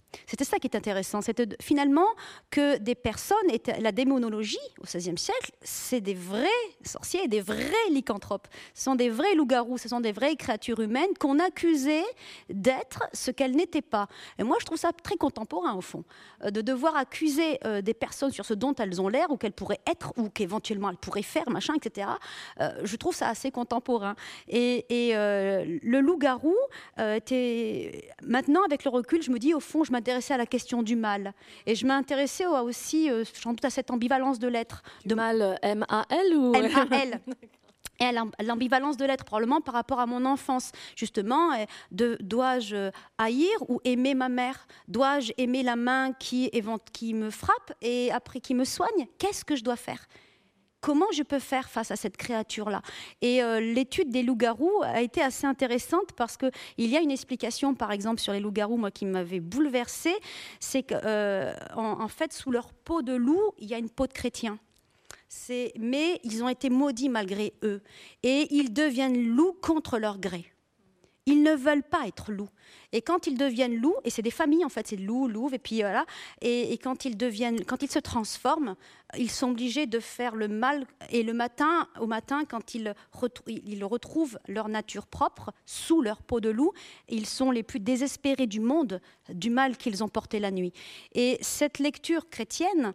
C'était ça qui est intéressant, c'était finalement que des personnes, la démonologie au XVIe siècle, c'est des vrais sorciers et des vrais lycanthropes. Ce sont des vrais loups-garous, ce sont des vraies créatures humaines qu'on accusait d'être ce qu'elles n'étaient pas. Et moi, je trouve ça très contemporain, au fond, de devoir accuser des personnes sur ce dont elles ont l'air, ou qu'elles pourraient être, ou qu'éventuellement elles pourraient faire, machin, etc. Je trouve ça assez contemporain. Et le loup-garou était... Maintenant, avec le recul, je me dis, au fond, je m'intéressais à la question du mal. Et je m'intéressais aussi, sans doute, à cette ambivalence de l'être. Du mal, M-A-L ou... M-A-L. Et à l'ambivalence de l'être, probablement par rapport à mon enfance. Justement, dois-je haïr ou aimer ma mère? Dois-je aimer la main qui me frappe et après qui me soigne? Qu'est-ce que je dois faire? Comment je peux faire face à cette créature-là? Et l'étude des loups-garous a été assez intéressante parce qu'il y a une explication, par exemple, sur les loups-garous, moi, qui m'avait bouleversée. C'est qu'en fait, sous leur peau de loup, il y a une peau de chrétien. Mais ils ont été maudits malgré eux. Et ils deviennent loups contre leur gré. Ils ne veulent pas être loups. Et quand ils deviennent loups, et c'est des familles en fait, c'est loups, louves, et puis voilà, et quand ils se transforment, ils sont obligés de faire le mal. Et au matin, quand ils retrouvent leur nature propre, sous leur peau de loup, ils sont les plus désespérés du monde, du mal qu'ils ont porté la nuit. Et cette lecture chrétienne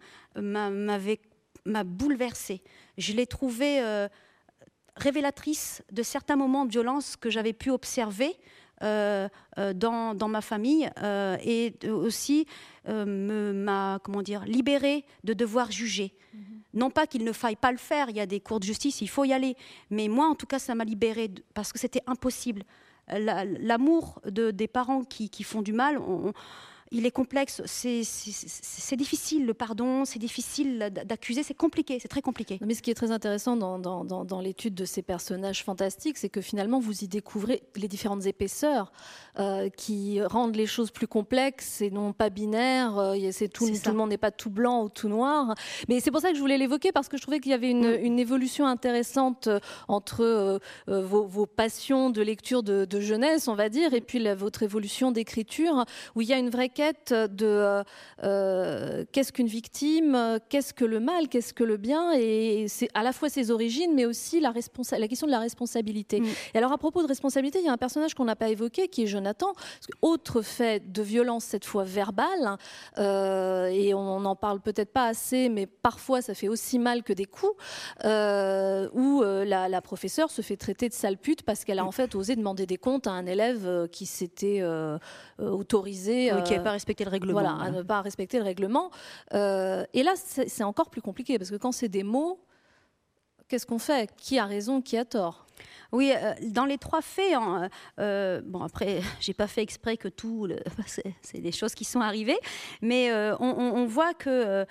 m'a bouleversée. Je l'ai trouvée révélatrice de certains moments de violence que j'avais pu observer dans ma famille et aussi m'a libérée de devoir juger. Non pas qu'il ne faille pas le faire, il y a des cours de justice, il faut y aller. Mais moi, en tout cas, ça m'a libérée parce que c'était impossible. L'amour des parents qui font du mal... il est complexe, c'est difficile, le pardon, c'est difficile d'accuser, c'est compliqué, c'est très compliqué. Mais ce qui est très intéressant dans l'étude de ces personnages fantastiques, c'est que finalement vous y découvrez les différentes épaisseurs qui rendent les choses plus complexes et non pas binaires. Tout le monde n'est pas tout blanc ou tout noir. Mais c'est pour ça que je voulais l'évoquer, parce que je trouvais qu'il y avait une évolution intéressante entre vos passions de lecture de jeunesse, on va dire, et puis votre évolution d'écriture, où il y a une vraie quête de qu'est-ce qu'une victime, qu'est-ce que le mal, qu'est-ce que le bien, et c'est à la fois ses origines, mais aussi la question de la responsabilité. Et alors à propos de responsabilité, il y a un personnage qu'on n'a pas évoqué, qui est Jonathan. Autre fait de violence, cette fois verbale, et on n'en parle peut-être pas assez, mais parfois ça fait aussi mal que des coups, où la professeure se fait traiter de sale pute parce qu'elle a en fait osé demander des comptes à un élève qui s'était autorisé... qui n'avait pas respecté le règlement. Voilà, à ne pas respecter le règlement. Et là, c'est encore plus compliqué, parce que quand c'est des mots, qu'est-ce qu'on fait? Qui a raison, qui a tort? Oui, dans les trois faits, après, j'ai pas fait exprès que c'est des choses qui sont arrivées, mais on voit que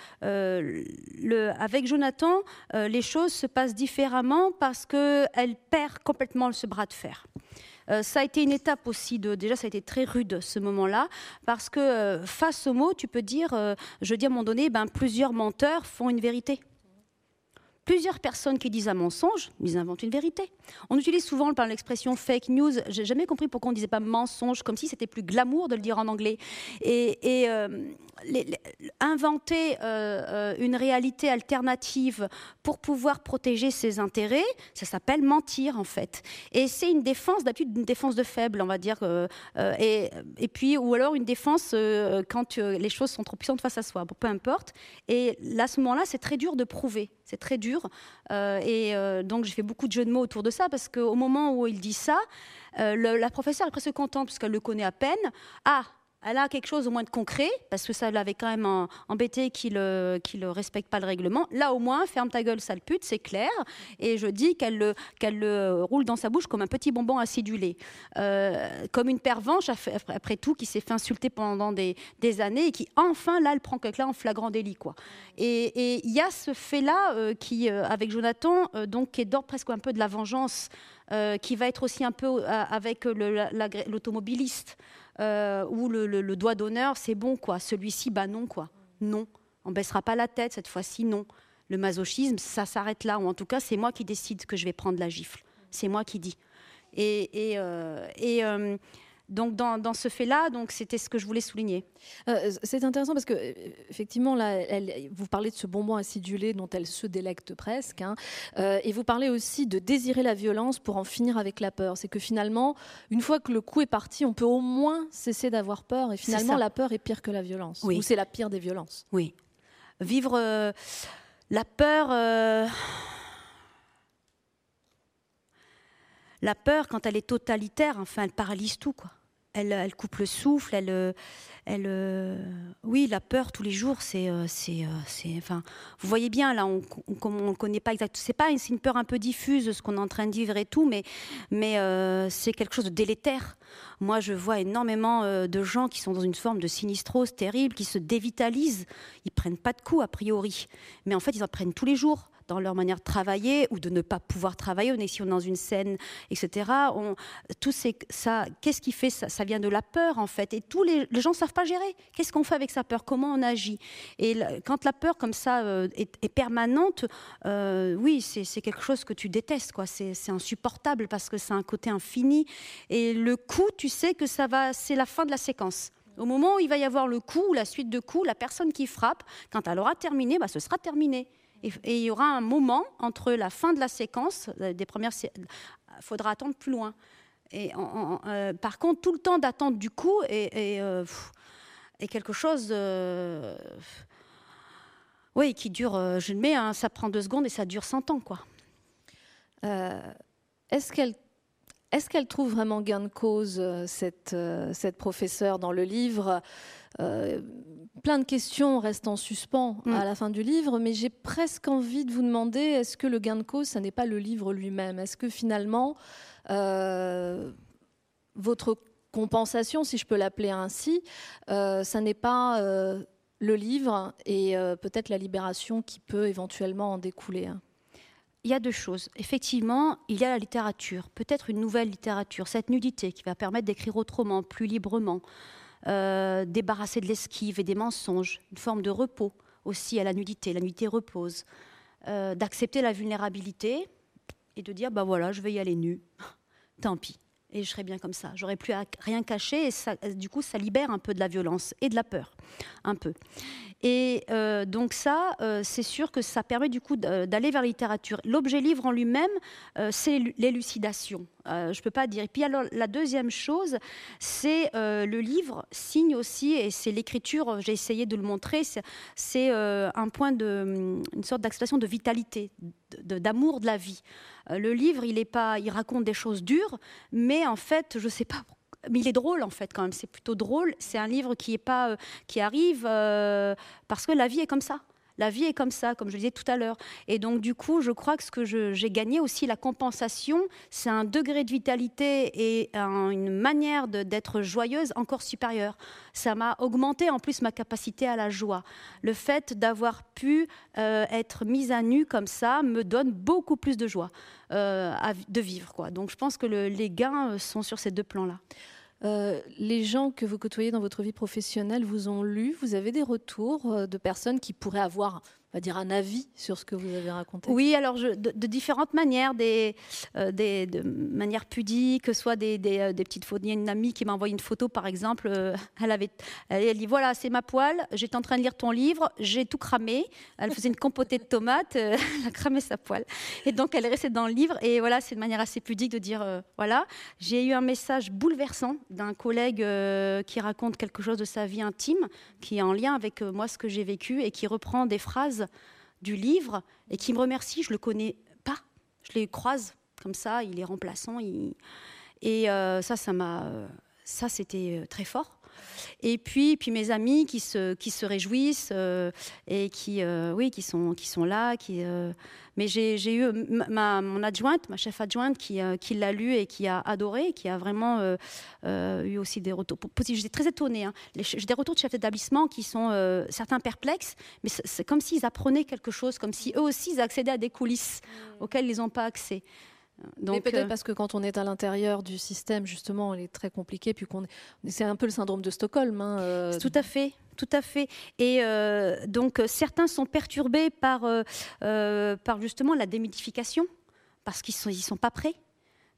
avec Jonathan, les choses se passent différemment parce qu'elle perd complètement ce bras de fer. Ça a été une étape aussi, déjà ça a été très rude ce moment-là, parce que face aux mots, tu peux dire, je dis à un moment donné, plusieurs menteurs font une vérité. Plusieurs personnes qui disent un mensonge, ils inventent une vérité. On utilise souvent l'expression fake news. J'ai jamais compris pourquoi on ne disait pas mensonge, comme si c'était plus glamour de le dire en anglais. Et inventer une réalité alternative pour pouvoir protéger ses intérêts, ça s'appelle mentir en fait. Et c'est une défense, d'habitude une défense de faible, on va dire, et puis ou alors une défense quand les choses sont trop puissantes face à soi. Bon, peu importe. Et là, à ce moment-là, c'est très dur de prouver. C'est très dur. Donc, j'ai fait beaucoup de jeux de mots autour de ça, parce qu'au moment où il dit ça, la professeure est presque contente, parce qu'elle le connaît à peine. Elle a quelque chose au moins de concret, parce que ça l'avait quand même embêté qu'il ne respecte pas le règlement. Là, au moins, ferme ta gueule, sale pute, c'est clair. Et je dis qu'elle le roule dans sa bouche comme un petit bonbon acidulé. Comme une pervenche, après tout, qui s'est fait insulter pendant des années et qui, enfin, là, elle prend quelqu'un en flagrant délit, quoi. Et il y a ce fait-là qui, avec Jonathan, donc, qui est d'ordre presque un peu de la vengeance, qui va être aussi un peu avec l'automobiliste. Où le doigt d'honneur, c'est bon, quoi. Celui-ci, non, quoi. Non, on ne baissera pas la tête, cette fois-ci, non. Le masochisme, ça s'arrête là, ou en tout cas, c'est moi qui décide que je vais prendre la gifle. C'est moi qui dis. Donc dans ce fait-là, c'était ce que je voulais souligner. C'est intéressant parce que effectivement là, vous parlez de ce bonbon acidulé dont elle se délecte presque, hein, et vous parlez aussi de désirer la violence pour en finir avec la peur. C'est que finalement, une fois que le coup est parti, on peut au moins cesser d'avoir peur. Et finalement, la peur est pire que la violence. Oui. Ou c'est la pire des violences. Oui. Vivre la peur. La peur, quand elle est totalitaire, enfin, elle paralyse tout, quoi. Elle coupe le souffle, oui, la peur tous les jours, enfin, vous voyez bien là, comme on ne connaît pas exactement, c'est une peur un peu diffuse, ce qu'on est en train de vivre et tout, mais c'est quelque chose de délétère. Moi, je vois énormément de gens qui sont dans une forme de sinistrose terrible, qui se dévitalisent. Ils prennent pas de coups a priori, mais en fait, ils en prennent tous les jours. Dans leur manière de travailler ou de ne pas pouvoir travailler, si on est dans une scène, etc. Qu'est-ce qui fait ça? Ça vient de la peur, en fait. Et tous les gens ne savent pas gérer. Qu'est-ce qu'on fait avec sa peur? Comment on agit? Et quand la peur, comme ça, est permanente, oui, c'est quelque chose que tu détestes, quoi. C'est insupportable parce que c'est un côté infini. Et le coup, tu sais que c'est la fin de la séquence. Au moment où il va y avoir le coup ou la suite de coups, la personne qui frappe, quand elle aura terminé, ce sera terminé. Et il y aura un moment entre la fin de la séquence, des premières, il faudra attendre plus loin. Et par contre, tout le temps d'attente du coup est quelque chose, oui, qui dure. Je le mets, hein, ça prend 2 secondes et ça dure 100 ans, quoi. Est-ce qu'elle trouve vraiment gain de cause, cette professeure, dans le livre? Plein de questions restent en suspens à la fin du livre, mais j'ai presque envie de vous demander, est-ce que le gain de cause, ça n'est pas le livre lui-même? Est-ce que finalement, votre compensation, si je peux l'appeler ainsi, ça n'est pas le livre et peut-être la libération qui peut éventuellement en découler, hein? Il y a 2 choses. Effectivement, il y a la littérature, peut-être une nouvelle littérature, cette nudité qui va permettre d'écrire autrement, plus librement, débarrasser de l'esquive et des mensonges, une forme de repos aussi à la nudité repose, d'accepter la vulnérabilité et de dire, voilà, je vais y aller nue, tant pis, et je serai bien comme ça, j'aurai plus à rien cacher, et ça, du coup ça libère un peu de la violence et de la peur, un peu. Et donc ça, c'est sûr que ça permet du coup d'aller vers la littérature. L'objet livre en lui-même, c'est l'élucidation. Je ne peux pas dire. Et puis alors, la deuxième chose, c'est le livre signe aussi, et c'est l'écriture, j'ai essayé de le montrer, c'est un point une sorte d'acceptation de vitalité, d'amour de la vie. Le livre, il raconte des choses dures, mais en fait, je ne sais pas pourquoi. Mais il est drôle en fait quand même, c'est plutôt drôle. C'est un livre qui arrive parce que la vie est comme ça. La vie est comme ça, comme je le disais tout à l'heure. Et donc du coup, je crois que ce que j'ai gagné aussi, la compensation, c'est un degré de vitalité et une manière d'être joyeuse encore supérieure. Ça m'a augmenté en plus ma capacité à la joie. Le fait d'avoir pu être mise à nu comme ça me donne beaucoup plus de joie de vivre, quoi. Donc je pense que les gains sont sur ces 2 plans-là. Les gens que vous côtoyez dans votre vie professionnelle vous ont lu, vous avez des retours de personnes qui pourraient avoir, on va dire, un avis sur ce que vous avez raconté? Oui, alors de différentes manières, de manière pudique, soit des petites photos. Il y a une amie qui m'a envoyé une photo, par exemple, elle dit, voilà, c'est ma poêle, j'étais en train de lire ton livre, j'ai tout cramé. Elle faisait une compotée de tomates, elle a cramé sa poêle. Et donc, elle est restée dans le livre. Et voilà, c'est une manière assez pudique de dire, voilà. J'ai eu un message bouleversant d'un collègue qui raconte quelque chose de sa vie intime, qui est en lien avec moi, ce que j'ai vécu, et qui reprend des phrases du livre et qui me remercie. Je le connais pas, je les croise comme ça, il est remplaçant, ça c'était très fort. Et puis mes amis qui se réjouissent et qui sont là, mais j'ai eu mon adjointe, ma chef adjointe qui l'a lu et qui a adoré, qui a vraiment eu aussi des retours positifs. J'étais très étonnée, hein. J'ai des retours de chefs d'établissement qui sont certains perplexes, mais c'est comme s'ils apprenaient quelque chose, comme si eux aussi ils accédaient à des coulisses auxquelles ils n'ont pas accès. Donc, mais peut-être parce que quand on est à l'intérieur du système, justement, il est très compliqué, puis c'est un peu le syndrome de Stockholm. Hein, Tout à fait. Tout à fait. Et donc, certains sont perturbés par justement la démythification, parce qu'ils sont pas prêts.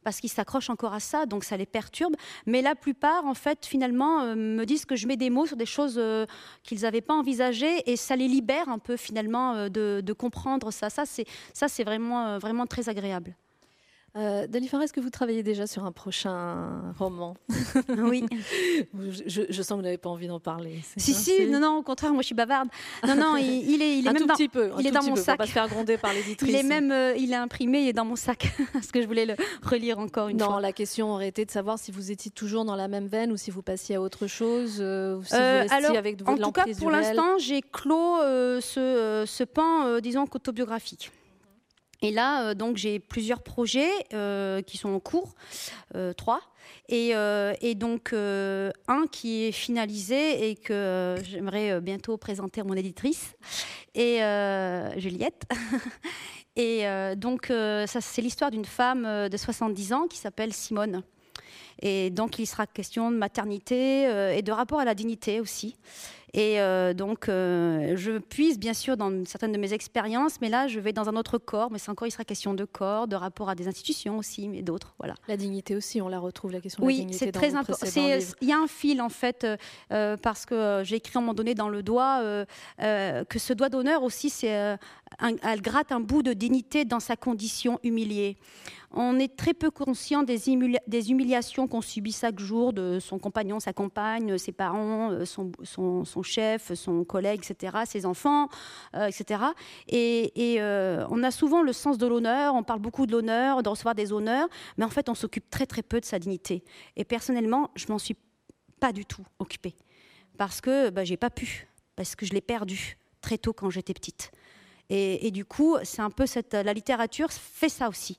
parce qu'ils s'accrochent encore à ça, donc ça les perturbe. Mais la plupart, en fait, finalement, me disent que je mets des mots sur des choses qu'ils n'avaient pas envisagées, et ça les libère un peu, finalement, de comprendre ça. Ça, c'est vraiment, vraiment très agréable. Dalifara, est-ce que vous travaillez déjà sur un prochain roman? Oui. Je sens que vous n'avez pas envie d'en parler. Si, non, au contraire, moi je suis bavarde. Non, il est un même tout petit peu. Il est dans mon sac. Pour pas se faire gronder par l'éditrice. Il est imprimé, il est dans mon sac. Parce que je voulais le relire encore une fois. Non, la question aurait été de savoir si vous étiez toujours dans la même veine ou si vous passiez à autre chose, ou si vous restiez avec de en tout cas, pour l'instant, j'ai clos ce pan, disons, autobiographique. Et là, donc, j'ai plusieurs projets qui sont en cours, 3. Et donc, un qui est finalisé et que j'aimerais bientôt présenter à mon éditrice, et Juliette. Et donc, ça, c'est l'histoire d'une femme de 70 ans qui s'appelle Simone. Et donc, il sera question de maternité et de rapport à la dignité aussi. Et donc, je puise bien sûr dans certaines de mes expériences, mais là, je vais dans un autre corps. Mais il sera question de corps, de rapport à des institutions aussi, mais d'autres. Voilà. La dignité aussi, on la retrouve, la question de la dignité. Oui, c'est très important. Il y a un fil, en fait, parce que j'ai écrit à un moment donné dans le doigt que ce doigt d'honneur aussi, elle gratte un bout de dignité dans sa condition humiliée. On est très peu conscient des humiliations qu'on subit chaque jour de son compagnon, sa compagne, ses parents, son chef, son collègue, etc., ses enfants, etc. Et on a souvent le sens de l'honneur, on parle beaucoup de l'honneur, de recevoir des honneurs, mais en fait, on s'occupe très très peu de sa dignité. Et personnellement, je m'en suis pas du tout occupée, parce que j'ai pas pu, parce que je l'ai perdu très tôt quand j'étais petite. Et du coup, c'est un peu la littérature fait ça aussi.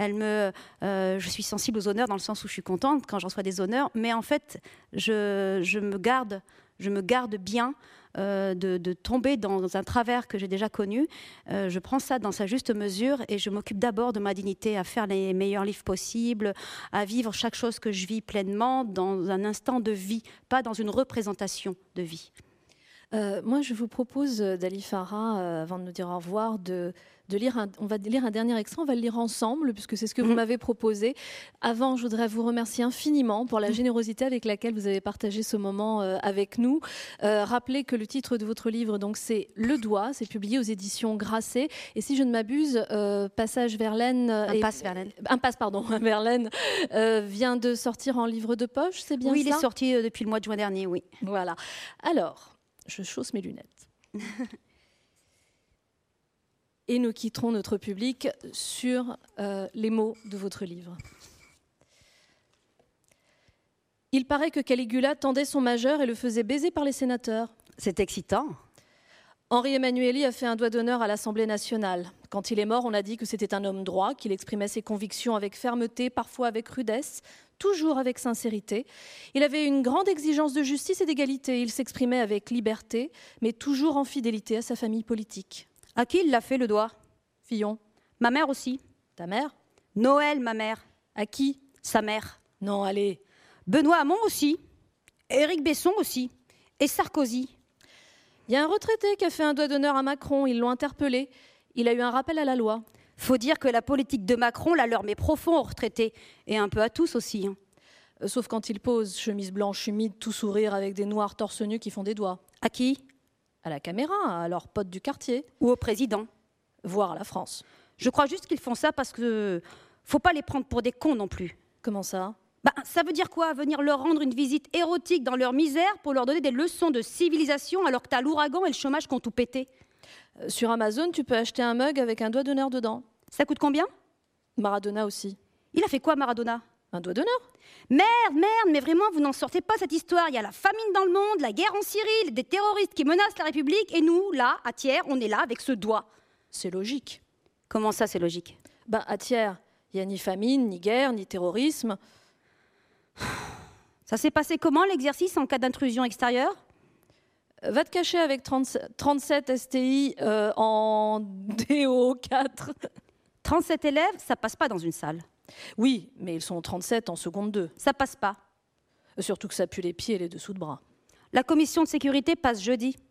Je suis sensible aux honneurs dans le sens où je suis contente quand je reçois des honneurs, mais en fait, je me garde bien de tomber dans un travers que j'ai déjà connu. Je prends ça dans sa juste mesure et je m'occupe d'abord de ma dignité, à faire les meilleurs livres possibles, à vivre chaque chose que je vis pleinement dans un instant de vie, pas dans une représentation de vie. Moi, je vous propose, Dalifara, avant de nous dire au revoir, on va lire un dernier extrait, on va le lire ensemble, puisque c'est ce que vous m'avez proposé. Avant, je voudrais vous remercier infiniment pour la générosité avec laquelle vous avez partagé ce moment avec nous. Rappelez que le titre de votre livre, donc, c'est Le Doigt, c'est publié aux éditions Grasset. Et si je ne m'abuse, Passage Verlaine... Impasse Verlaine vient de sortir en livre de poche, c'est bien ça? Oui, il est sorti depuis le mois de juin dernier, oui. Voilà. Alors... Je chausse mes lunettes. Et nous quitterons notre public sur les mots de votre livre. Il paraît que Caligula tendait son majeur et le faisait baiser par les sénateurs. C'est excitant. Henri Emmanuelli a fait un doigt d'honneur à l'Assemblée nationale. Quand il est mort, on a dit que c'était un homme droit, qu'il exprimait ses convictions avec fermeté, parfois avec rudesse, toujours avec sincérité. Il avait une grande exigence de justice et d'égalité. Il s'exprimait avec liberté, mais toujours en fidélité à sa famille politique. À qui il l'a fait, le doigt? Fillon. Ma mère aussi. Ta mère? Noël, ma mère. À qui? Sa mère. Non, allez. Benoît Hamon aussi. Éric Besson aussi. Et Sarkozy. Il y a un retraité qui a fait un doigt d'honneur à Macron. Ils l'ont interpellé. Il a eu un rappel à la loi. Faut dire que la politique de Macron la leur met profond aux retraités. Et un peu à tous aussi. Sauf quand il pose chemise blanche humide, tout sourire, avec des noirs torse nu qui font des doigts. À qui? À la caméra, à leurs potes du quartier. Ou au président. Voire à la France. Je crois juste qu'ils font ça parce que faut pas les prendre pour des cons non plus. Comment ça? Ça veut dire quoi? Venir leur rendre une visite érotique dans leur misère pour leur donner des leçons de civilisation alors que t'as l'ouragan et le chômage qui ont tout pété. Sur Amazon, tu peux acheter un mug avec un doigt d'honneur dedans. Ça coûte combien? Maradona aussi. Il a fait quoi, Maradona? Un doigt d'honneur. Merde, mais vraiment, vous n'en sortez pas cette histoire. Il y a la famine dans le monde, la guerre en Syrie, des terroristes qui menacent la République, et nous, là, à Thiers, on est là avec ce doigt. C'est logique. Comment ça, c'est logique? À Thiers, il n'y a ni famine, ni guerre, ni terrorisme. Ça s'est passé comment, l'exercice, en cas d'intrusion extérieure? Va te cacher avec 37 STI en DO4. 37 élèves, ça passe pas dans une salle. Oui, mais ils sont 37 en seconde 2. Ça passe pas. Surtout que ça pue les pieds et les dessous de bras. La commission de sécurité passe jeudi.